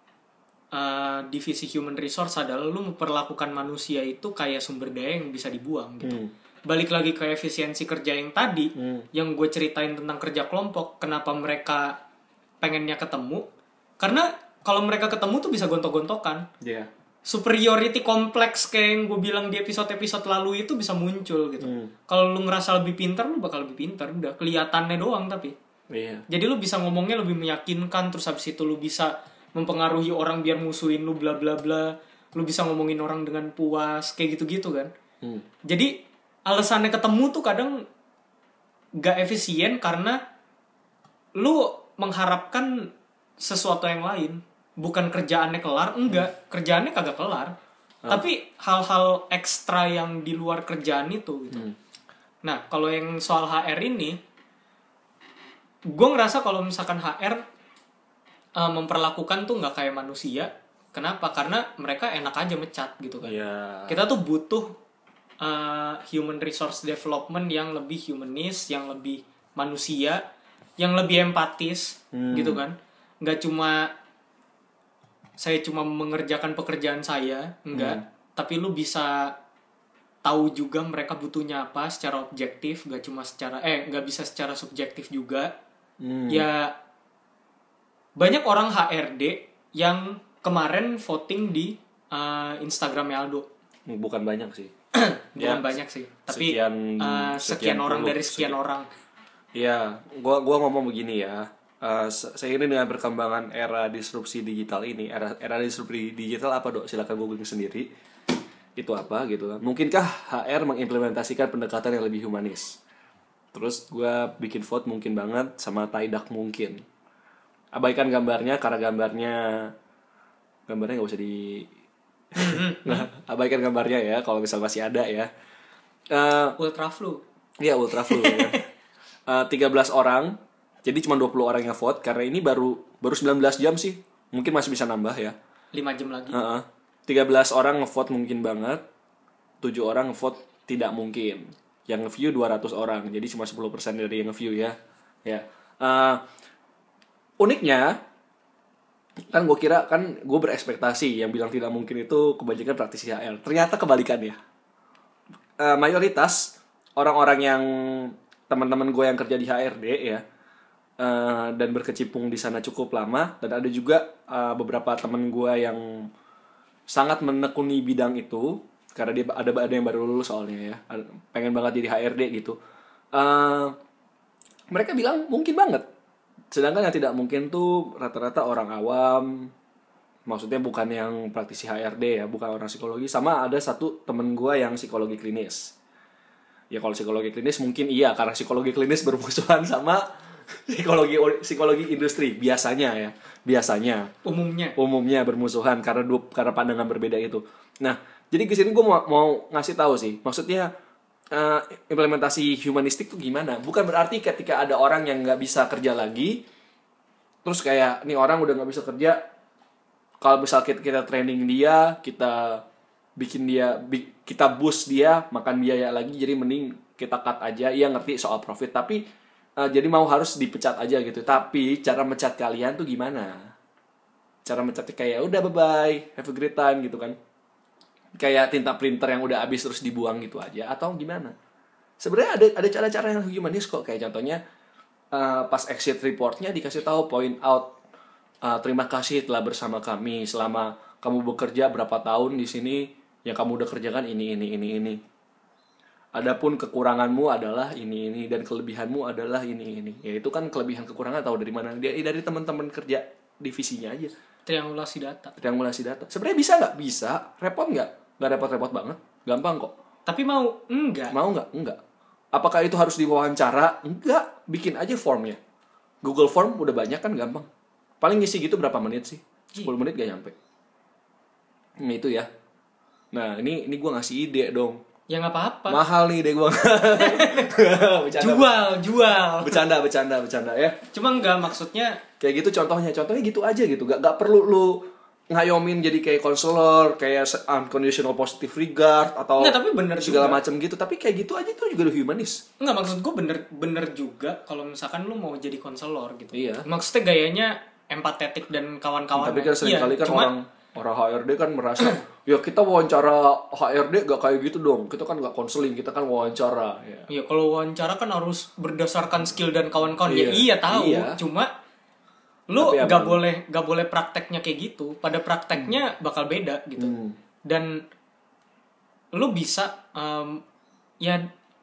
uh, divisi human resource adalah lu memperlakukan manusia itu kayak sumber daya yang bisa dibuang gitu. Hmm. Balik lagi ke efisiensi kerja yang tadi, hmm. yang gue ceritain tentang kerja kelompok, kenapa mereka pengennya ketemu, karena kalau mereka ketemu tuh bisa gontok-gontokan. Yeah. Superiority kompleks kayak yang gue bilang di episode-episode lalu itu bisa muncul gitu. Hmm. Kalau lu ngerasa lebih pintar, lu bakal lebih pintar, udah kelihatannya doang tapi. Yeah. Jadi lu bisa ngomongnya lebih meyakinkan, terus habis itu lu bisa mempengaruhi orang biar musuhin lu bla bla bla. Lu bisa ngomongin orang dengan puas, kayak gitu-gitu kan. Hmm. Jadi alasannya ketemu tuh kadang gak efisien karena lu mengharapkan sesuatu yang lain. Bukan kerjaannya kelar, enggak. Hmm. Kerjaannya kagak kelar. Hmm. Tapi hal-hal ekstra yang di luar kerjaan itu gitu. Hmm. Nah, kalau yang soal H R ini, gue ngerasa kalau misalkan H R uh, memperlakukan tuh gak kayak manusia. Kenapa? Karena mereka enak aja mecat gitu kan. Yeah. Kita tuh butuh Uh, human resource development yang lebih humanis, yang lebih manusia, yang lebih empatis, hmm. gitu kan. Nggak cuma saya cuma mengerjakan pekerjaan saya, enggak. Hmm. Tapi lu bisa tahu juga mereka butuhnya apa secara objektif, nggak cuma secara eh nggak bisa secara subjektif juga. Hmm. Ya banyak orang H R D yang kemarin voting di uh, Instagramnya Aldo. Bukan banyak sih. Bukan ya, banyak sih, tapi sekian, uh, sekian, sekian orang puluh, dari sekian, sekian orang. Iya, gua gua ngomong begini ya. Uh, seiring dengan perkembangan era disrupsi digital ini, era era disrupsi digital apa, Dok? Silakan googling sendiri. Itu apa gitu kan. Mungkinkah H R mengimplementasikan pendekatan yang lebih humanis? Terus gua bikin vote mungkin banget sama tidak mungkin. Abaikan gambarnya karena gambarnya gambarnya enggak usah di nah, abaikan gambarnya ya kalau misal masih ada ya. Uh, ultra flu. Iya, ultra flu ya. Uh, tiga belas orang. Jadi cuma dua puluh orang yang vote karena ini baru baru sembilan belas jam sih. Mungkin masih bisa nambah ya. lima jam lagi. Uh-uh. tiga belas orang nge-vote mungkin banget. tujuh orang nge-vote tidak mungkin. Yang nge-view dua ratus orang. Jadi cuma sepuluh persen dari yang nge-view ya. Ya. Uh, uniknya kan gue kira kan gue berekspektasi yang bilang tidak mungkin itu kebanyakan praktisi H R. Ternyata kebalikannya. Uh, mayoritas orang-orang yang teman-teman gue yang kerja di H R D ya uh, dan berkecimpung di sana cukup lama, dan ada juga uh, beberapa teman gue yang sangat menekuni bidang itu karena dia ada ada yang baru lulus soalnya ya, pengen banget jadi H R D gitu. Uh, mereka bilang mungkin banget sedangkan yang tidak mungkin tuh rata-rata orang awam, maksudnya bukan yang praktisi H R D ya, bukan orang psikologi. Sama ada satu temen gue yang psikologi klinis. Ya kalau psikologi klinis mungkin iya, karena psikologi klinis bermusuhan sama psikologi psikologi industri biasanya ya, biasanya. Umumnya. Umumnya bermusuhan karena du, karena pandangan berbeda itu. Nah, jadi kesini gue mau, mau ngasih tahu sih, maksudnya uh, implementasi humanistik tuh gimana? Bukan berarti ketika ada orang yang nggak bisa kerja lagi, terus kayak nih orang udah nggak bisa kerja, kalau misal kita, kita training dia, kita bikin dia, bi, kita boost dia, makan biaya lagi, jadi mending kita cut aja. Iya ngerti soal profit, tapi uh, jadi mau harus dipecat aja gitu. Tapi cara mecat kalian tuh gimana? Cara mecatnya kayak udah bye bye, have a great time gitu kan? Kayak tinta printer yang udah habis terus dibuang gitu aja, atau gimana? Sebenarnya ada ada cara-cara yang humanis kok. Kayak contohnya uh, pas exit reportnya dikasih tahu point out, uh, terima kasih telah bersama kami selama kamu bekerja berapa tahun di sini. Yang kamu udah kerjakan ini, ini, ini, ini. Adapun kekuranganmu adalah ini, ini. Dan kelebihanmu adalah ini, ini. Ya itu kan kelebihan kekurangan tahu dari mana? Dari, dari teman-teman kerja divisinya aja. Triangulasi data. Triangulasi data. Sebenarnya bisa nggak? Bisa. Repot nggak? Nggak repot-repot banget. Gampang kok. Tapi mau? Enggak. Mau nggak? Enggak. Apakah itu harus diwawancara? Enggak. Bikin aja formnya. Google Form udah banyak kan, gampang. Paling ngisi gitu berapa menit sih? sepuluh menit gak nyampe. Nah itu ya. Nah ini ini gue ngasih ide dong. Ya nggak apa-apa. Mahal nih ide gue. Jual, jual. Bercanda, bercanda, bercanda ya. Cuma nggak, maksudnya kayak gitu contohnya, contohnya gitu aja gitu. Gak, gak perlu lu ngayomin jadi kayak konselor, kayak unconditional positive regard atau nggak, tapi bener segala juga. macam gitu. Tapi kayak gitu aja tuh juga udah humanis. Nggak, maksud gue bener bener juga kalau misalkan lu mau jadi konselor gitu. Iya. Maksudnya gayanya empatetik dan kawan-kawan. Tapi kan sering iya, kali kan cuma, orang orang H R D kan merasa ya kita wawancara H R D gak kayak gitu dong, kita kan gak konseling, kita kan wawancara ya. Iya, kalau wawancara kan harus berdasarkan skill dan kawan-kawan. Iya. Ya iya tahu, iya. Cuma lu gak boleh gak boleh prakteknya kayak gitu. Pada prakteknya hmm. bakal beda gitu. Hmm. Dan lu bisa um, ya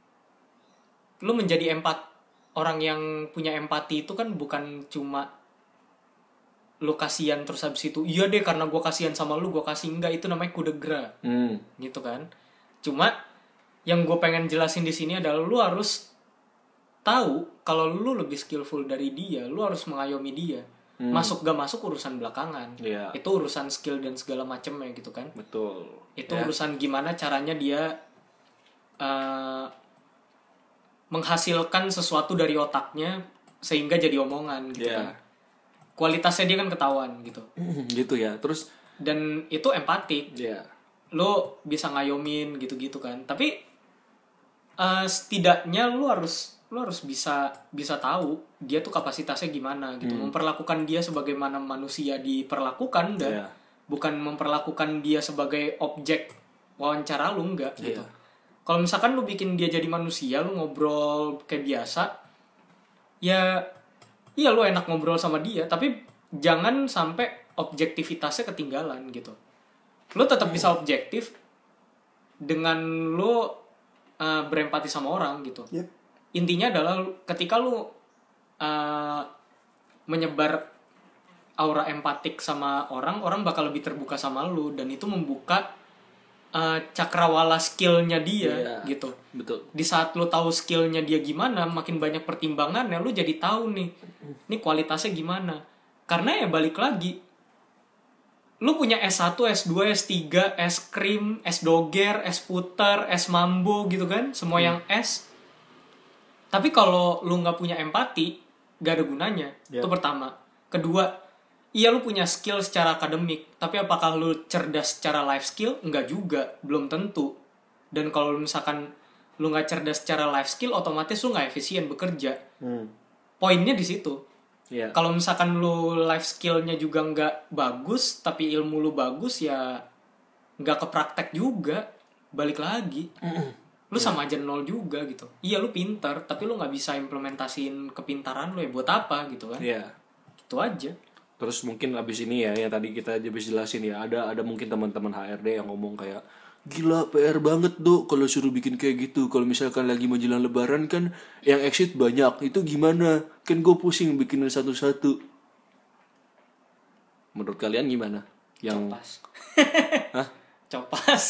lu menjadi empat orang yang punya empati itu kan bukan cuma lu kasihan terus habis itu iya deh karena gue kasihan sama lu gue kasih, enggak, itu namanya kudegra. hmm. Gitu kan. Cuma yang gue pengen jelasin di sini adalah lu harus tahu kalau lu lebih skillful dari dia, lu harus mengayomi dia. hmm. Masuk gak masuk urusan belakangan. yeah. Itu urusan skill dan segala macamnya gitu kan. Betul. Itu yeah. urusan gimana caranya dia uh, menghasilkan sesuatu dari otaknya sehingga jadi omongan gitu. yeah. kan. Kualitasnya dia kan ketahuan gitu. Gitu ya. Terus dan itu empatik. Yeah. Lo bisa ngayomin gitu-gitu kan. Tapi uh, setidaknya lo harus lo harus bisa bisa tahu dia tuh kapasitasnya gimana gitu. Hmm. Memperlakukan dia sebagaimana manusia diperlakukan dan yeah. bukan memperlakukan dia sebagai objek wawancara lo, enggak gitu. Yeah. Kalau misalkan lo bikin dia jadi manusia, lo ngobrol kayak biasa, ya iya lo enak ngobrol sama dia, tapi jangan sampai objektivitasnya ketinggalan gitu. Lo tetap hmm. bisa objektif dengan lo uh, berempati sama orang gitu. Yep. Intinya adalah ketika lo uh, menyebar aura empatik sama orang, orang bakal lebih terbuka sama lo dan itu membuka uh, cakrawala skillnya dia. Yeah. Gitu. Betul. Di saat lo tahu skillnya dia gimana, makin banyak pertimbangannya, lo jadi tahu nih, ini kualitasnya gimana. Karena ya balik lagi, lo punya S satu, S dua, S tiga, S krim, S doger, S puter, S mambo gitu kan, semua hmm. yang S. Tapi kalau lo nggak punya empati, gak ada gunanya. Yeah. Itu pertama. Kedua, iya lo punya skill secara akademik, tapi apakah lo cerdas secara life skill? Enggak juga, belum tentu. Dan kalau misalkan lu nggak cerdas secara life skill, otomatis lu nggak efisien bekerja. Hmm. Poinnya di situ. Yeah. Kalau misalkan lu life skillnya juga nggak bagus, tapi ilmu lu bagus, ya nggak kepraktek juga. Balik lagi, mm-hmm. lu yeah. sama aja nol juga gitu. Iya lu pintar, tapi lu nggak bisa implementasiin kepintaran lu, ya buat apa gitu kan? Iya. Yeah. Gitu aja. Terus mungkin abis ini ya, yang tadi kita habis jelasin ya, ada ada mungkin teman-teman H R D yang ngomong kayak, gila P R banget Dok kalau suruh bikin kayak gitu. Kalau misalkan lagi menjelang lebaran kan yang exit banyak, itu gimana? Kan gue pusing bikinin satu-satu. Menurut kalian gimana? Yang Copas. Hah? Copas.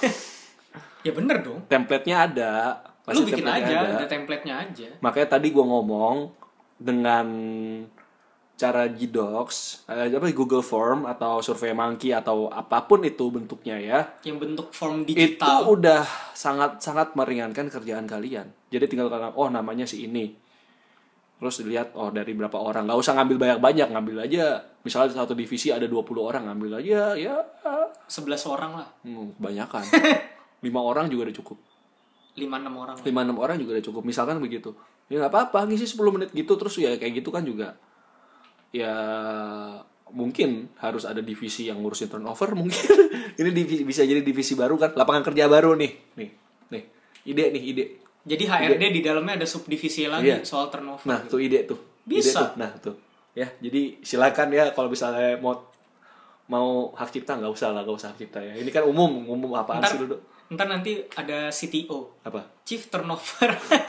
Ya bener dong. Template-nya ada. Lu bikin template-nya aja, ada. ada template-nya aja. Makanya tadi gue ngomong dengan cara Gdocs, eh, apa Google Form atau Survey Monkey atau apapun itu bentuknya ya. Yang bentuk form Itu digital. udah sangat-sangat meringankan kerjaan kalian. Jadi tinggal kalian, oh namanya si ini. Terus dilihat, oh dari berapa orang. Gak usah ngambil banyak-banyak, ngambil aja. Misalnya satu divisi ada dua puluh orang, ngambil aja ya. sebelas orang lah. Hmm, kebanyakan. lima orang juga udah cukup. lima enam orang lah. lima enam orang juga udah cukup. Misalkan begitu. Ya nggak apa-apa, ngisi sepuluh menit gitu terus ya kayak gitu kan juga. Ya mungkin harus ada divisi yang ngurusin turnover mungkin. Ini divisi, bisa jadi divisi baru kan, lapangan kerja baru nih. Nih, nih. Ide nih, ide. Jadi H R D di dalamnya ada subdivisi lagi Iya. soal turnover. Nah, tuh ide tuh. Bisa. Ide tuh. Nah, tuh. Ya, jadi silakan ya kalau misalnya mau mau hak cipta nggak usah lah, nggak usah hak cipta ya. Ini kan umum, umum apaan Ntar, sih dulu? ntar nanti ada C T O. Apa? Chief Turnover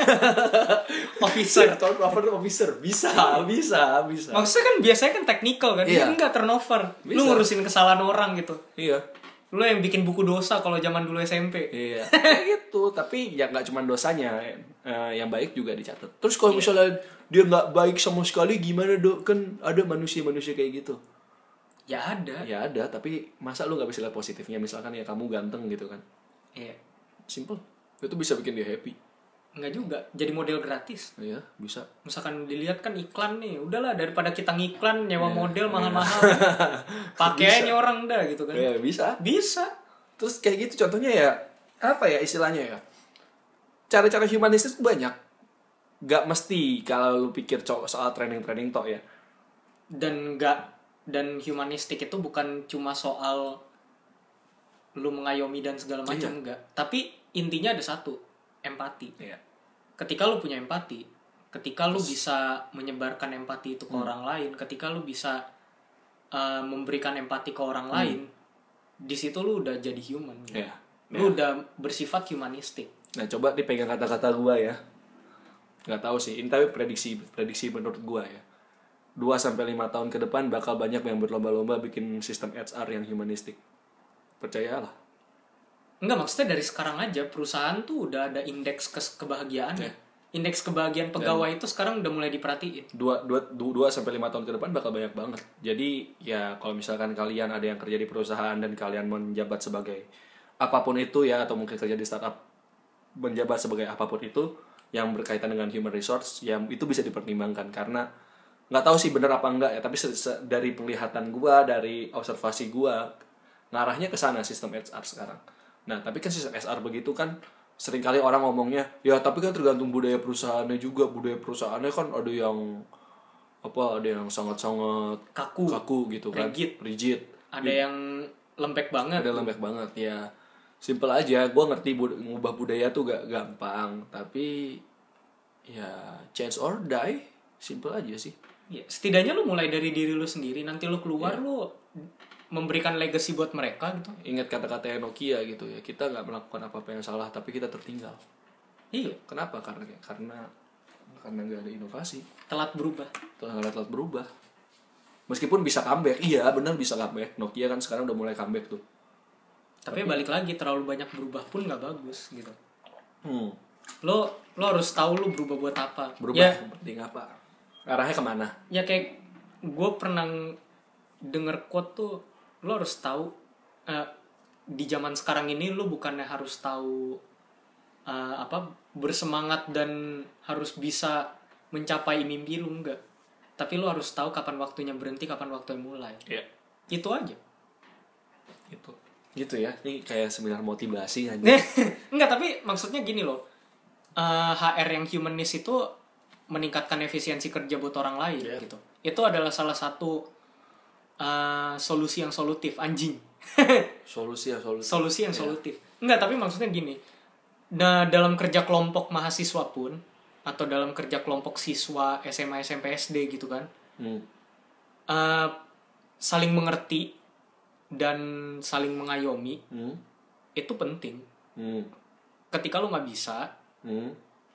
Officer. Turnover officer bisa, bisa, bisa. Maksudnya kan biasanya kan technical kan. Iya. Ini enggak turnover. Lu Bisa. ngurusin kesalahan orang gitu. Iya. Lu yang bikin buku dosa kalau zaman dulu S M P. Iya, kayak gitu. Tapi ya nggak cuma dosanya, eh, yang baik juga dicatat. Terus kalau misalnya dia nggak baik sama sekali, gimana Dok? Kan ada manusia-manusia kayak gitu. Ya ada. Ya ada, tapi masa lu nggak bisa lihat positifnya? Misalkan ya kamu ganteng gitu kan? Iya. Simple. Itu bisa bikin dia happy. Enggak juga. Jadi model gratis. Iya, bisa. Misalkan dilihat kan iklan nih, udahlah daripada kita ngiklan nyewa Iya, model iya. mahal-mahal. Pakai aja orang dah gitu kan. Ya bisa. Bisa. Terus kayak gitu contohnya ya, apa ya istilahnya ya? Cara-cara humanistis tuh banyak. Gak mesti kalau lu pikir co- soal training-training tok ya. Dan enggak dan humanistik itu bukan cuma soal lu mengayomi dan segala macam, Iya. enggak. Tapi intinya ada satu, empati. Iya. Ketika lu punya empati, ketika lu bisa menyebarkan empati itu ke Hmm. orang lain, ketika lu bisa uh, memberikan empati ke orang Hmm. lain, di situ lu udah jadi human. Gitu. Iya. Lu Iya. udah bersifat humanistik. Nah, coba dipegang kata-kata gua ya. Nggak tahu sih, ini tapi prediksi prediksi menurut gua ya. dua sampai lima tahun ke depan bakal banyak yang berlomba-lomba bikin sistem H R yang humanistik. Percayalah. Enggak, maksudnya dari sekarang aja perusahaan tuh udah ada indeks kes- kebahagiaannya. Iya. Indeks kebahagiaan pegawai itu sekarang udah mulai diperhatiin. Dua, dua, du- dua sampai lima tahun ke depan bakal banyak banget. Jadi ya kalau misalkan kalian ada yang kerja di perusahaan dan kalian menjabat sebagai apapun itu ya, atau mungkin kerja di startup menjabat sebagai apapun itu yang berkaitan dengan human resource, ya itu bisa dipertimbangkan. Karena nggak tahu sih bener apa enggak ya, tapi se- se- dari penglihatan gua, dari observasi gua, ngarahnya ke sana sistem H R sekarang. Nah, tapi kan sistem H R begitu kan seringkali orang ngomongnya, ya tapi kan tergantung budaya perusahaannya juga. Budaya perusahaannya kan ada yang apa, ada yang sangat-sangat Kaku. kaku gitu kan, Rigid. rigid. Ada yang lembek banget. Ada lembek banget ya. Simple aja, gue ngerti bud- ngubah budaya tuh gak gampang, tapi ya change or die, simple aja sih. Ya, setidaknya lu mulai dari diri lu sendiri, nanti lu keluar Iya. lu memberikan legacy buat mereka gitu. Ingat kata-kata Nokia gitu ya, kita nggak melakukan apa-apa yang salah, tapi kita tertinggal. Iya, Kenapa? Karena karena karena nggak ada inovasi, telat berubah. telah telat berubah. Meskipun bisa comeback, iya benar bisa comeback. Nokia kan sekarang udah mulai comeback tuh. Tapi, balik lagi terlalu banyak berubah pun nggak bagus gitu. Hmm. Lo lo harus tahu lu berubah buat apa. Berubah Ya, penting apa? Arahnya kemana? ya kayak gue pernah denger quote tuh, lo harus tahu eh, di zaman sekarang ini lo bukannya harus tahu eh, apa bersemangat dan harus bisa mencapai mimpi lu, enggak. Tapi lo harus tahu kapan waktunya berhenti, kapan waktunya mulai. Iya. Itu aja. Gitu. Gitu ya. Ini kayak seminar motivasi aja. Enggak, tapi maksudnya gini loh. Eh, H R yang humanis itu meningkatkan efisiensi kerja buat orang lain Yeah. gitu. Itu adalah salah satu eh, solusi yang solutif, anjing. Solusi ya solusi. Solusi yang Yeah. solutif. Enggak, tapi maksudnya gini. Nah, dalam kerja kelompok mahasiswa pun atau dalam kerja kelompok siswa S M A, S M P, S D gitu kan. Hmm. eh, saling mengerti dan saling mengayomi Hmm. itu penting. Hmm. Ketika lu nggak bisa, Hmm.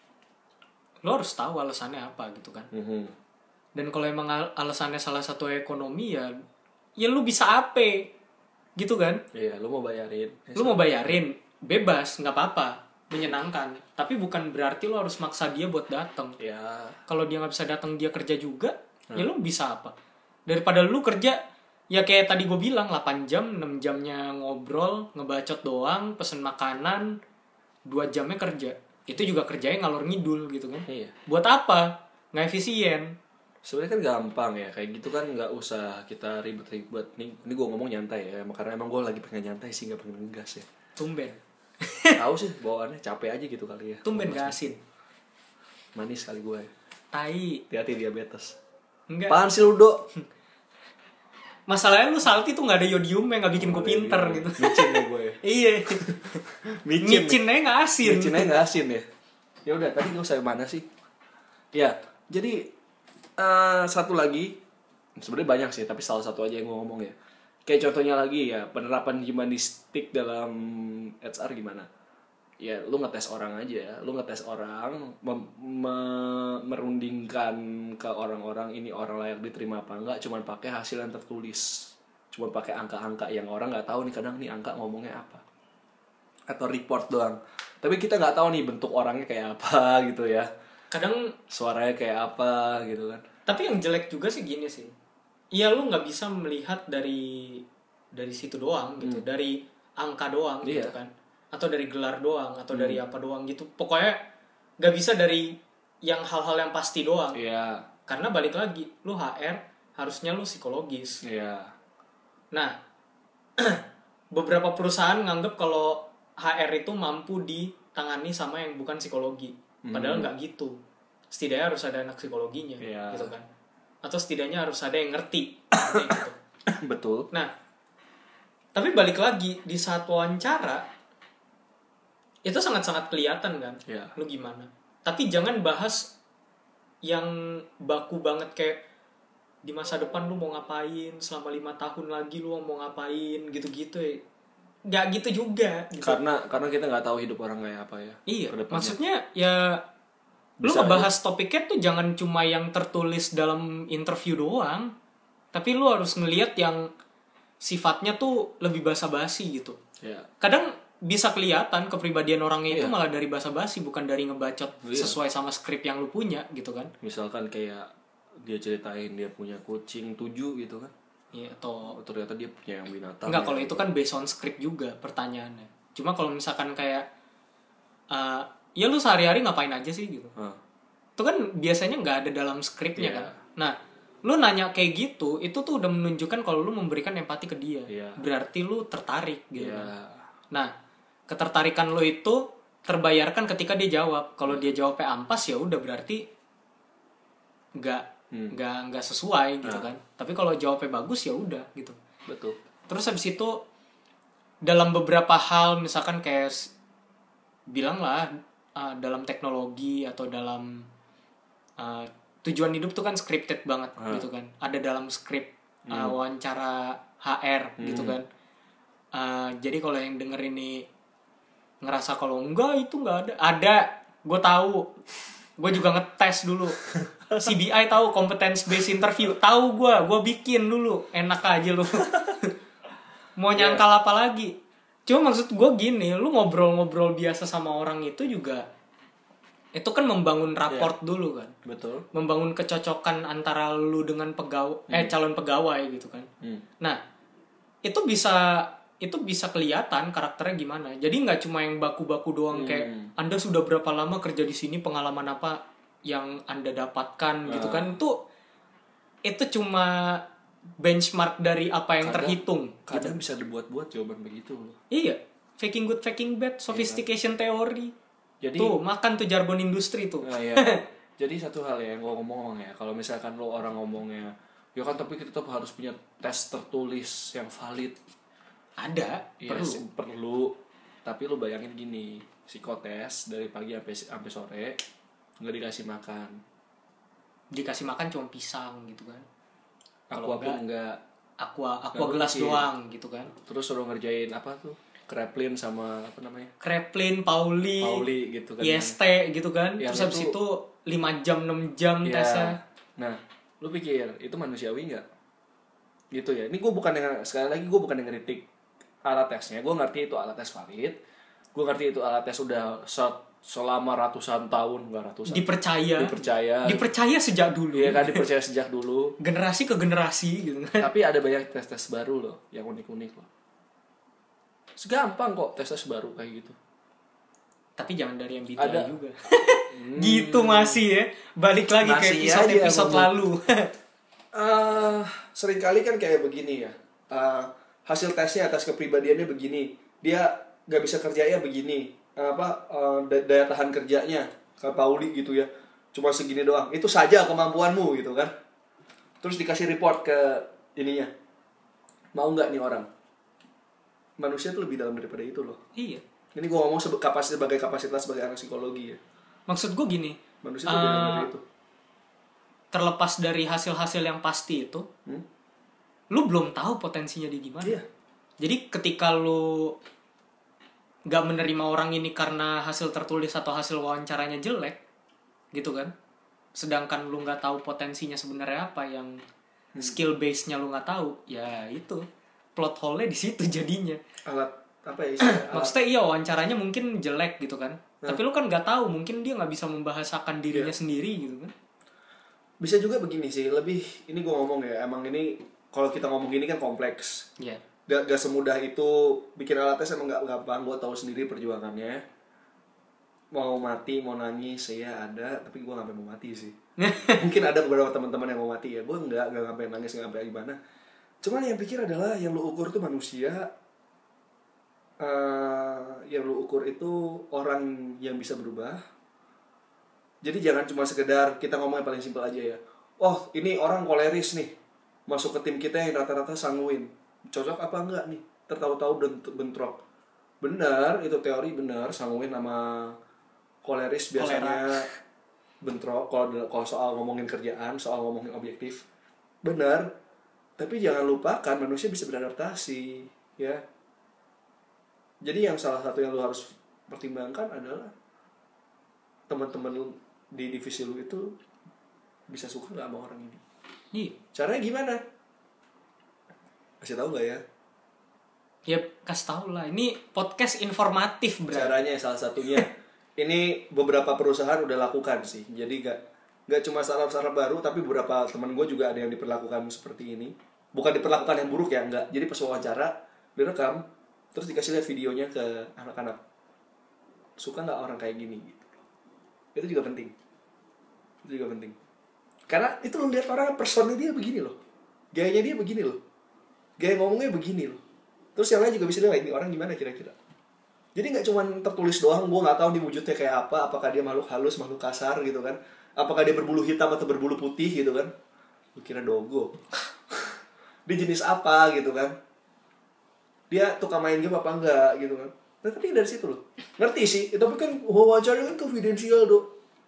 lu harus tahu alasannya apa gitu kan. Hmm. Dan kalau emang al- alasannya salah satu ekonomi ya, ya lu bisa apa, gitu kan? Iya, lu mau bayarin. Lu mau bayarin, bebas, nggak apa-apa, menyenangkan. Tapi bukan berarti lu harus maksa dia buat datang. Ya. Kalau dia nggak bisa datang, dia kerja juga, hmm. ya lu bisa apa? Daripada lu kerja, ya kayak tadi gue bilang, delapan jam, enam jamnya ngobrol, ngebacot doang, pesen makanan, dua jamnya kerja. Itu juga kerjanya ngalor ngidul gitu kan. Iya. Buat apa? Nggak efisien. Sebenarnya kan gampang ya, kayak gitu kan nggak usah kita ribet-ribet. Nih, ini gue ngomong nyantai ya, karena emang gue lagi pengen nyantai sih, nggak pengen ngegas ya. Tumben. Tahu sih bawaannya capek aja gitu kali ya. Tumben gak asin. Manis kali gue. Tai. Hati-hati diabetes. Enggak. Apaan sih lu, Dok? Masalahnya lu salty tuh gak ada yodiumnya, gak bikin gue pinter gitu. Micin ya gue. Iya. Micin. Micin aja gak asin. Micin aja gak asin ya. Ya udah, tadi gue saya mana sih? Ya, jadi uh, satu lagi, sebenarnya banyak sih, tapi salah satu aja yang gue ngomong ya. Kayak contohnya lagi ya, penerapan humanistik dalam H R gimana? Ya, lu ngetes orang aja, lu ngetes orang, mem- me- merundingkan ke orang-orang ini orang layak diterima apa enggak, cuman pakai hasil yang tertulis, cuman pakai angka-angka yang orang nggak tahu nih, kadang nih angka ngomongnya apa, atau report doang, tapi kita nggak tahu nih bentuk orangnya kayak apa gitu ya, Kadang suaranya kayak apa gitu kan. tapi yang jelek juga sih gini sih. Iya, lu nggak bisa melihat dari dari situ doang gitu, Hmm. dari angka doang Iya. gitu kan, atau dari gelar doang, atau Hmm. dari apa doang gitu. Pokoknya nggak bisa dari yang hal-hal yang pasti doang. Iya. Karena balik lagi, lu H R harusnya lu psikologis. Iya. Nah, beberapa perusahaan nganggep kalau H R itu mampu ditangani sama yang bukan psikologi. Padahal nggak gitu. Setidaknya harus ada anak psikologinya, Iya. gitu kan. Atau setidaknya harus ada yang ngerti. Kayak gitu. Betul. Nah, tapi balik lagi di saat wawancara itu sangat-sangat kelihatan kan, Iya. lu gimana. Tapi jangan bahas yang baku banget kayak di masa depan lu mau ngapain, selama lima tahun lagi lu mau ngapain, gitu-gitu ya. Nggak gitu juga. Gitu. Karena karena kita nggak tahu hidup orang kayak apa ya. Iya, kedepannya. maksudnya ya lu Bisa ngebahas topiknya tuh jangan cuma yang tertulis dalam interview doang, tapi lu harus ngelihat yang sifatnya tuh lebih basa-basi gitu. Ya. Kadang bisa kelihatan kepribadian orangnya itu Iya. malah dari basa-basi, bukan dari ngebacot Iya. sesuai sama skrip yang lu punya gitu kan. Misalkan kayak dia ceritain dia punya kucing tujuh gitu kan. Iya, atau Oh, ternyata dia punya yang binatang. enggak, ya. kalau itu kan based on script juga pertanyaannya. Cuma kalau misalkan kayak uh, ya lu sehari-hari ngapain aja sih gitu. Hah. Itu kan biasanya nggak ada dalam skripnya Iya. kan. Nah, lu nanya kayak gitu, itu tuh udah menunjukkan kalau lu memberikan empati ke dia. Iya. Berarti lu tertarik gitu. Iya. kan. Nah, ketertarikan lu itu terbayarkan ketika dia jawab. Kalau dia jawabnya ampas ya udah berarti nggak Hmm. nggak nggak sesuai gitu Nah. kan. Tapi kalau jawabnya bagus ya udah gitu. Betul. Terus habis itu dalam beberapa hal misalkan kayak s- bilang lah uh, dalam teknologi atau dalam uh, tujuan hidup tuh kan scripted banget Hmm. gitu kan. Ada dalam skrip uh, wawancara H R gitu Hmm. kan. Uh, jadi kalau yang denger ini ngerasa kalau enggak itu enggak ada, ada, gue tahu, gue juga ngetes dulu. C B I tahu, competence based interview tahu, gue gue bikin dulu, enak aja lu. Mau nyangkal apa lagi? Cuma maksud gue gini, lu ngobrol-ngobrol biasa sama orang itu juga itu kan membangun rapport dulu kan, Betul. membangun kecocokan antara lu dengan pegawai eh calon pegawai gitu kan. Hmm. Nah, itu bisa itu bisa kelihatan karakternya gimana. Jadi nggak cuma yang baku-baku doang kayak Anda sudah berapa lama kerja di sini, pengalaman apa yang Anda dapatkan gitu kan. Itu itu cuma benchmark dari apa yang Kadang- terhitung. Kadang bisa dibuat-buat jawaban begitu loh. Iya, faking good, faking bad, sophistication theory. Jadi Tuh, makan tuh jargon industri tuh. Nah, ya. Jadi satu hal ya yang gue ngomong ya, kalau misalkan lo orang ngomongnya, ya kan tapi kita tetap harus punya tes tertulis yang valid. Ada, Iya perlu. sih, perlu. Tapi lo bayangin gini, psikotes dari pagi sampai sampai sore nggak dikasih makan. Dikasih makan cuma pisang gitu kan. Aqua pun enggak. Aqua, aqua Nggak gelas mungkin. doang gitu kan. Terus suruh ngerjain apa tuh? Kreplin sama apa namanya? Kreplin, Pauli, Pauli gitu kan. I S T gitu kan. Yang Terus habis itu- itu lima jam enam jam Ya. tesnya. Nah, lu pikir itu manusiawi nggak? Gitu ya. Ini gue bukan dengan sekali lagi gue bukan dengan kritik alat tesnya. Gue ngerti itu alat tes valid. Gue ngerti itu alat tes udah se- selama ratusan tahun, nggak ratusan. Dipercaya. Dipercaya. Dipercaya sejak dulu. Iya kan, dipercaya sejak dulu. Generasi ke generasi gitu kan. Tapi ada banyak tes-tes baru loh, yang unik-unik loh. Segampang kok tes-tes baru kayak gitu. Tapi jangan dari M B T I Ada. juga. Gitu masih ya. Balik lagi ke Masih episode-episode aja, lalu. Uh, seringkali kan kayak begini ya. Uh, hasil tesnya atas kepribadiannya begini. Dia nggak bisa kerjanya begini. Uh, apa uh, da- daya tahan kerjanya kayak Pauli gitu ya. Cuma segini doang. Itu saja kemampuanmu gitu kan. Terus dikasih report ke ininya. Mau nggak nih orang? Manusia tuh lebih dalam daripada itu loh. Iya. Ini gue ngomong sebe- kapasitas sebagai kapasitas sebagai anak psikologi ya. Maksud gue gini. Manusia tuh lebih dalam uh, dari itu. terlepas dari hasil-hasil yang pasti itu, Hmm? lu belum tahu potensinya dia gimana. Iya. Jadi ketika lu nggak menerima orang ini karena hasil tertulis atau hasil wawancaranya jelek, gitu kan? Sedangkan lu nggak tahu potensinya sebenarnya apa, yang Hmm. skill base-nya lu nggak tahu, ya itu plot hole-nya di situ jadinya. Alat apa ya istilah? Alat- Maksudnya iya wawancaranya mungkin jelek gitu kan, Hmm. tapi lu kan nggak tahu, mungkin dia nggak bisa membahasakan dirinya Iya. sendiri gitu kan. Bisa juga begini sih, lebih ini gue ngomong ya, emang ini kalau kita ngomong gini kan kompleks. Iya. Gak, gak semudah itu bikin alat tes, emang gak gampang. Gue tahu sendiri perjuangannya. Mau mati, mau nangis, saya ada, tapi gue gak sampai mau mati sih. Mungkin ada beberapa teman-teman yang mau mati ya, gue enggak, gak sampai nangis, gak sampai gimana. Cuman yang pikir adalah yang lu ukur tuh manusia. Uh, yang lu ukur itu orang yang bisa berubah. Jadi jangan cuma sekedar kita ngomong yang paling simpel aja ya. Oh, ini orang koleris nih. Masuk ke tim kita yang rata-rata sanguin. Cocok apa enggak nih? Tertahu-tahu bent- bentrok. Benar, itu teori benar. Sanguin sama koleris biasanya bentrok. Kalau kalau soal ngomongin kerjaan, soal ngomongin objektif. Benar. Tapi jangan lupakan manusia bisa beradaptasi, ya. Jadi yang salah satu yang lu harus pertimbangkan adalah teman-teman lu di divisi lu itu bisa suka nggak sama orang ini. Iya. Caranya gimana? Kasih tahu nggak ya? Ya kasih tau lah. Ini podcast informatif bro. Caranya salah satunya. Ini beberapa perusahaan udah lakukan sih. Jadi nggak nggak cuma startup-startup baru, tapi beberapa teman gue juga ada yang diperlakukan seperti ini. Bukan diperlakukan yang buruk ya, nggak. Jadi pas wawancara direkam, terus dikasih lihat videonya ke anak-anak. Suka nggak orang kayak gini? Gitu. Itu juga penting. Itu juga penting. Karena itu lo lihat orang, personnya dia begini loh. Gayanya dia begini loh. Gaya ngomongnya begini loh. Terus yang lain juga bisa lihat ini orang gimana kira-kira. Jadi nggak cuma tertulis doang, gue nggak tahu di wujudnya kayak apa. Apakah dia makhluk halus, makhluk kasar gitu kan. Apakah dia berbulu hitam atau berbulu putih gitu kan. Lu kira dogo. Dia jenis apa gitu kan. Dia tukang main game apa enggak gitu kan. Nah, tapi dari situ loh. Ngerti sih, tapi kan wawancara kan konfidensial dok.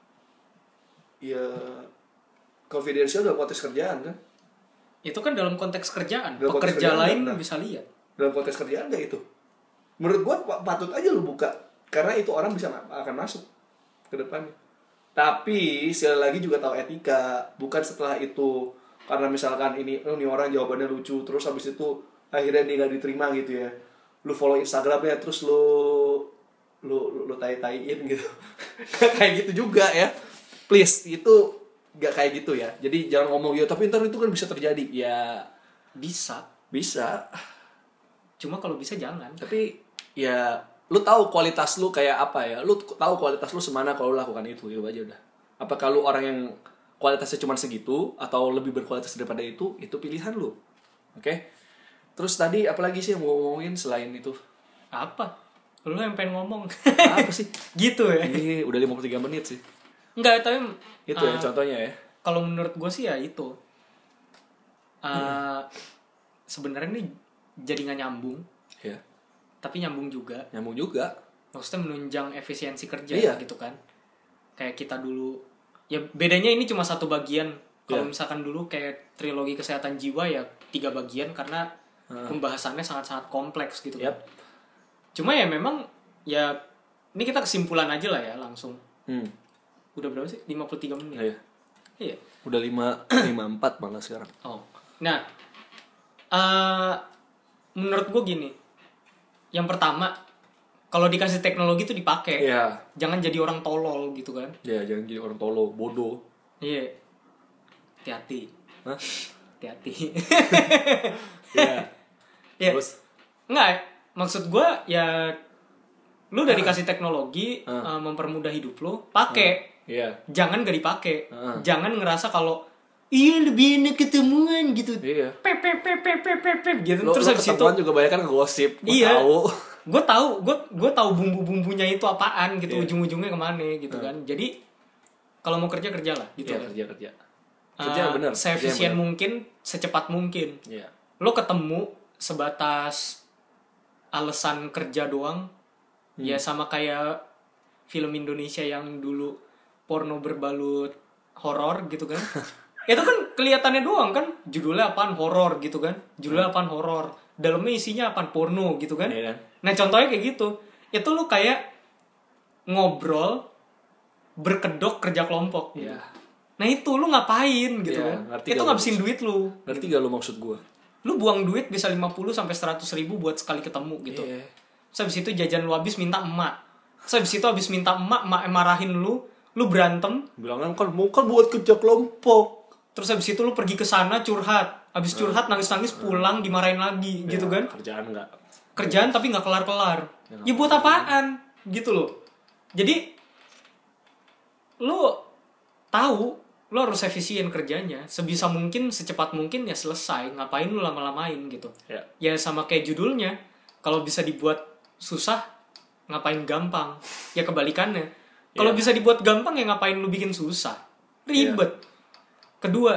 Ya konfidensial dalam konteks kerjaan kan. Itu kan dalam konteks kerjaan. Dalam konteks Pekerja kerjaan, lain benar. bisa lihat. Dalam konteks kerjaan enggak itu. Menurut gua patut aja lu buka. Karena itu orang bisa akan masuk ke depannya. Tapi sekali lagi juga tahu etika. Bukan setelah itu karena misalkan ini oh ini orang jawabannya lucu, terus habis itu akhirnya dia nggak diterima gitu ya. Lu follow Instagramnya terus lu lu lu, lu tai-taiin gitu. Kayak gitu juga ya. Please, itu nggak kayak gitu ya. Jadi jangan ngomong ya tapi ntar itu kan bisa terjadi. Ya Bisa. bisa. Cuma kalau bisa jangan. Tapi ya lu tahu kualitas lu kayak apa ya. Lu tahu kualitas lu semana kalau lu lakukan itu, itu aja udah. Apakah lu orang yang kualitasnya cuma segitu atau lebih berkualitas daripada itu, itu pilihan lu. Oke? Okay? Terus tadi apalagi sih yang mau ngomongin selain itu? Apa? Lu yang pengen ngomong. Apa sih? Gitu ya. Ini udah lima puluh tiga menit sih. Enggak, tapi Itu ya uh, contohnya ya. kalau menurut gue sih ya itu. Uh, Hmm. Sebenarnya ini jadi nggak nyambung, Ya, tapi nyambung juga. nyambung juga. Maksudnya menunjang efisiensi kerja Iya. gitu kan. Kayak kita dulu. Ya bedanya ini cuma satu bagian. Kalau Iya. misalkan dulu kayak trilogi kesehatan jiwa ya tiga bagian karena Hmm. pembahasannya sangat-sangat kompleks gitu kan. Yap. Cuma ya memang ya ini kita kesimpulan aja lah ya langsung. Hmm. Udah berapa sih? lima puluh tiga menit. Iya. Iya. Udah lima lima empat malah sekarang. Oh. Nah, uh, menurut gue gini. Yang pertama, kalau dikasih teknologi itu dipakai. Iya. Jangan jadi orang tolol gitu kan. Ya, jangan jadi orang tolol, bodoh. Iya. Hati-hati. Hah? Hati-hati. Iya. Iya. Terus Enggak, maksud gue ya lu udah dikasih teknologi uh. uh, mempermudah hidup lu, pakai. Iya. Jangan gak dipakai. Uh. Jangan ngerasa kalau iya lebih enak ketemuan gitu. Iya. Pep pep pep pep pep pep pep gitu. Lo, Terus lo habis itu ketemuan juga banyak kan ngegosip. Gua iya. tahu. Gue tahu, gue gue tahu bumbu-bumbunya itu apaan gitu, Iya. ujung-ujungnya kemana gitu Uh. kan. Jadi kalau mau kerja kerja lah gitu. Iya, kan. kerja kerja. Uh, Kerja benar. Seefisien mungkin, secepat mungkin. Iya. Lo ketemu sebatas alasan kerja doang, hmm. ya sama kayak film Indonesia yang dulu porno berbalut horor gitu kan. Itu kan kelihatannya doang kan, judulnya apaan horor gitu kan, judulnya apaan horor, dalamnya isinya apaan porno gitu kan. Iya kan? Nah contohnya kayak gitu, itu lo kayak ngobrol berkedok kerja kelompok gitu. Iya. Nah itu lu ngapain gitu Iya, kan, ngerti itu gak ngabisin lu? duit lu. Ngerti gak lo maksud gue? Lu buang duit bisa lima puluh sampai seratus ribu buat sekali ketemu gitu. Iya. Terus habis itu jajan lu habis minta emak. Terus habis itu habis minta emak, emak marahin lu, lu berantem. Bilang kan mau kan buat kerja kelompok. Terus habis itu lu pergi ke sana curhat. Habis curhat nangis-nangis pulang dimarahin lagi Ya, gitu kan. Kerjaan enggak. Kerjaan tapi nggak kelar-kelar. Ya, Ya buat apaan gitu loh. Jadi lu tahu lu harus efisien kerjanya, sebisa mungkin secepat mungkin ya selesai, ngapain lu lama-lamain gitu. Ya. Ya sama kayak judulnya, kalau bisa dibuat susah ngapain gampang, ya kebalikannya. Kalau Ya. bisa dibuat gampang ya ngapain lu bikin susah, ribet. Kedua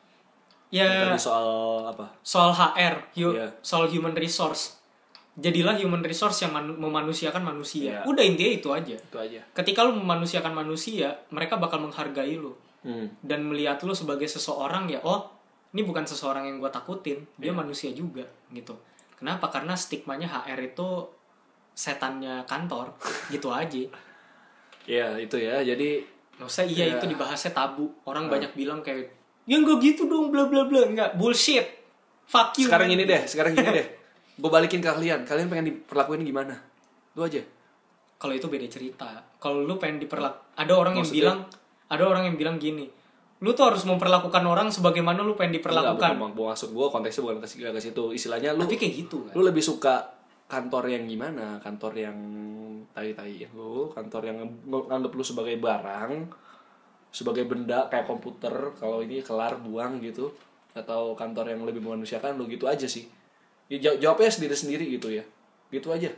ya Tadi soal apa? soal H R, hu- Ya. soal human resource. Jadilah human resource yang man- memanusiakan manusia. Ya. Udah intinya itu aja. Itu aja. Ketika lu memanusiakan manusia, mereka bakal menghargai lu. Hmm. Dan melihat lu sebagai seseorang ya, oh ini bukan seseorang yang gue takutin, dia Yeah. manusia juga gitu. Kenapa? Karena stigmanya H R itu setannya kantor gitu aja. Ya itu ya, jadi Nggak usah iya Yeah. itu dibahasnya tabu. Orang Hmm. banyak bilang kayak ya nggak gitu dong bla bla bla. Nggak, bullshit, fuck you. sekarang man. ini deh, sekarang gini deh. Gue balikin ke kalian, kalian pengen diperlakuin gimana? Lu aja. Kalau itu beda cerita. Kalau lu pengen diperlak, ada orang yang Maksudnya? bilang, ada orang yang bilang gini, lu tuh harus memperlakukan orang sebagaimana lu pengen diperlakukan. Enggak, bukan, maksud gue konteksnya bukan ke ke situ. Istilahnya lu Tapi kayak gitu kan. lu lebih suka kantor yang gimana? Kantor yang tai-taiin lu, kantor yang ng- nganggep lu sebagai barang, sebagai benda kayak komputer, kalau ini kelar buang gitu, atau kantor yang lebih memanusiakan lu gitu aja sih. Ya, jaw- jawabnya sendiri-sendiri gitu ya. Gitu aja.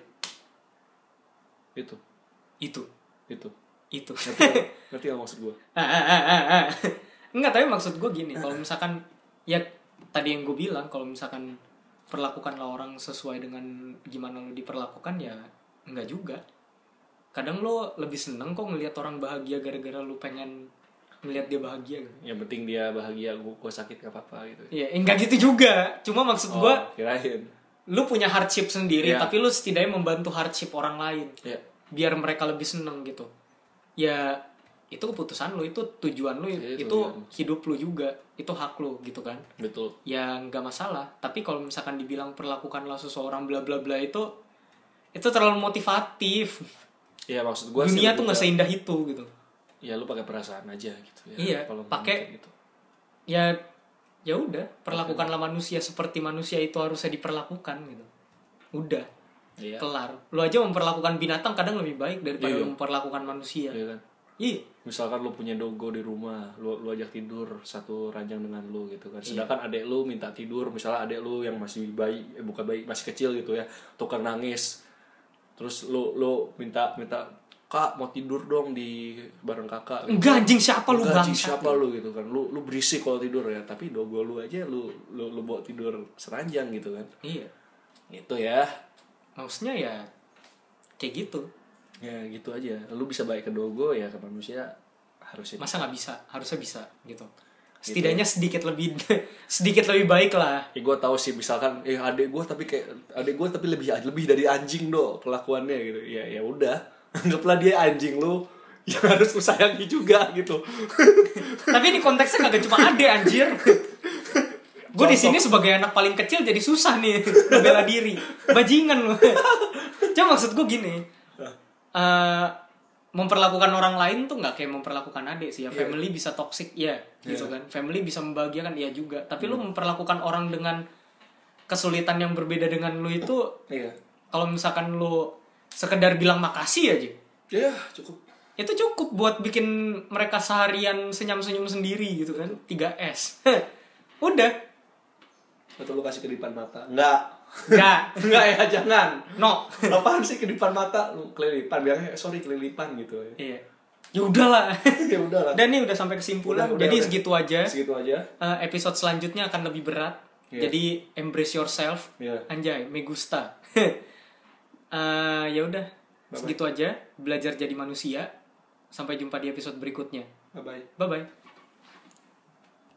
Itu. Itu, Itu. itu. Ngerti gak? Ngerti gak maksud gue? Ah, ah, ah, ah, ah. Enggak, tapi maksud gue gini, kalau misalkan ya tadi yang gue bilang, kalau misalkan perlakukanlah orang sesuai dengan gimana lo diperlakukan ya enggak juga. Kadang lo lebih seneng kok ngelihat orang bahagia gara-gara lo pengen ngelihat dia bahagia gitu. Yang penting dia bahagia, gue, gue sakit gak apa-apa gitu. Ya enggak gitu juga. Cuma maksud gue, Oh, kirain. lu punya hardship sendiri, Ya. tapi lu setidaknya membantu hardship orang lain. Ya. Biar mereka lebih seneng gitu. Ya itu keputusan lu, itu tujuan lu, Ya, itu itu tujuan. hidup lu juga, itu hak lu gitu kan. Betul. Ya nggak masalah. Tapi kalau misalkan dibilang perlakukanlah seseorang bla bla bla itu itu terlalu motivatif. Ya maksud gue Dunia tuh nggak seindah itu gitu. Ya lu pakai perasaan aja gitu ya. Iya, Kalau pakai- kayak gitu. Ya ya udah, perlakukanlah manusia seperti manusia itu harusnya diperlakukan gitu. Udah, Iya. kelar. Lu aja memperlakukan binatang kadang lebih baik daripada Iya. lu memperlakukan manusia. Iya kan. Iya. Misalkan lu punya dogo di rumah, lu lu ajak tidur satu ranjang dengan lu gitu kan. Iya. Sedangkan adek lu minta tidur, misalnya adek lu yang masih bayi, eh, bukan bayi, masih kecil gitu ya, tukar nangis. Terus lu lu minta minta Kak mau tidur dong di bareng kakak. Gitu. Enggak, anjing, siapa lu, Enggak, anjing, bangsat siapa lu gitu kan. Lu lu berisik kalau tidur ya, tapi dogo lu aja lu lu lu bawa tidur seranjang gitu kan. Iya. Itu ya. Maksudnya ya kayak gitu. Ya gitu aja. Lu bisa baik ke dogo ya ke manusia harusnya. Masa nggak bisa? Harusnya bisa gitu. setidaknya sedikit lebih sedikit lebih baik lah. Ya gue tahu sih misalkan eh adek gue tapi kayak adek gue tapi lebih lebih dari anjing do kelakuannya gitu. Ya ya udah, anggaplah dia anjing lu yang harus lu sayangi juga gitu. Tapi ini konteksnya kagak cuma adek anjir. Gue di sini sebagai anak paling kecil jadi susah nih ngebela diri. Bajingan lu. Cuma maksud gue gini. Uh, memperlakukan orang lain tuh nggak kayak memperlakukan adik sih ya. Yeah. Family bisa toxic ya, yeah, gitu kan. Family bisa membahagiakan ya juga. Tapi hmm. lu memperlakukan orang dengan kesulitan yang berbeda dengan lu itu, yeah. kalau misalkan lu sekedar bilang makasih aja, ya yeah, cukup. Itu cukup buat bikin mereka seharian senyum-senyum sendiri gitu kan. tiga S. Udah. Atau lu kasih kedipan mata? Enggak. Enggak. Enggak ya, jangan. No. Apaan sih kedipan mata? Lu kelilipan, bilangnya sorry kelilipan gitu ya. Iya. Ya udahlah. Ya udahlah. Dan ini udah sampai kesimpulan. Udah, udah, Jadi udah. segitu aja. Segitu aja. Uh, episode selanjutnya akan lebih berat. Yeah. Jadi embrace yourself. Yeah. Anjay, me gusta. uh, ya udah. Segitu aja. Belajar jadi manusia. Sampai jumpa di episode berikutnya. Bye bye. Bye bye.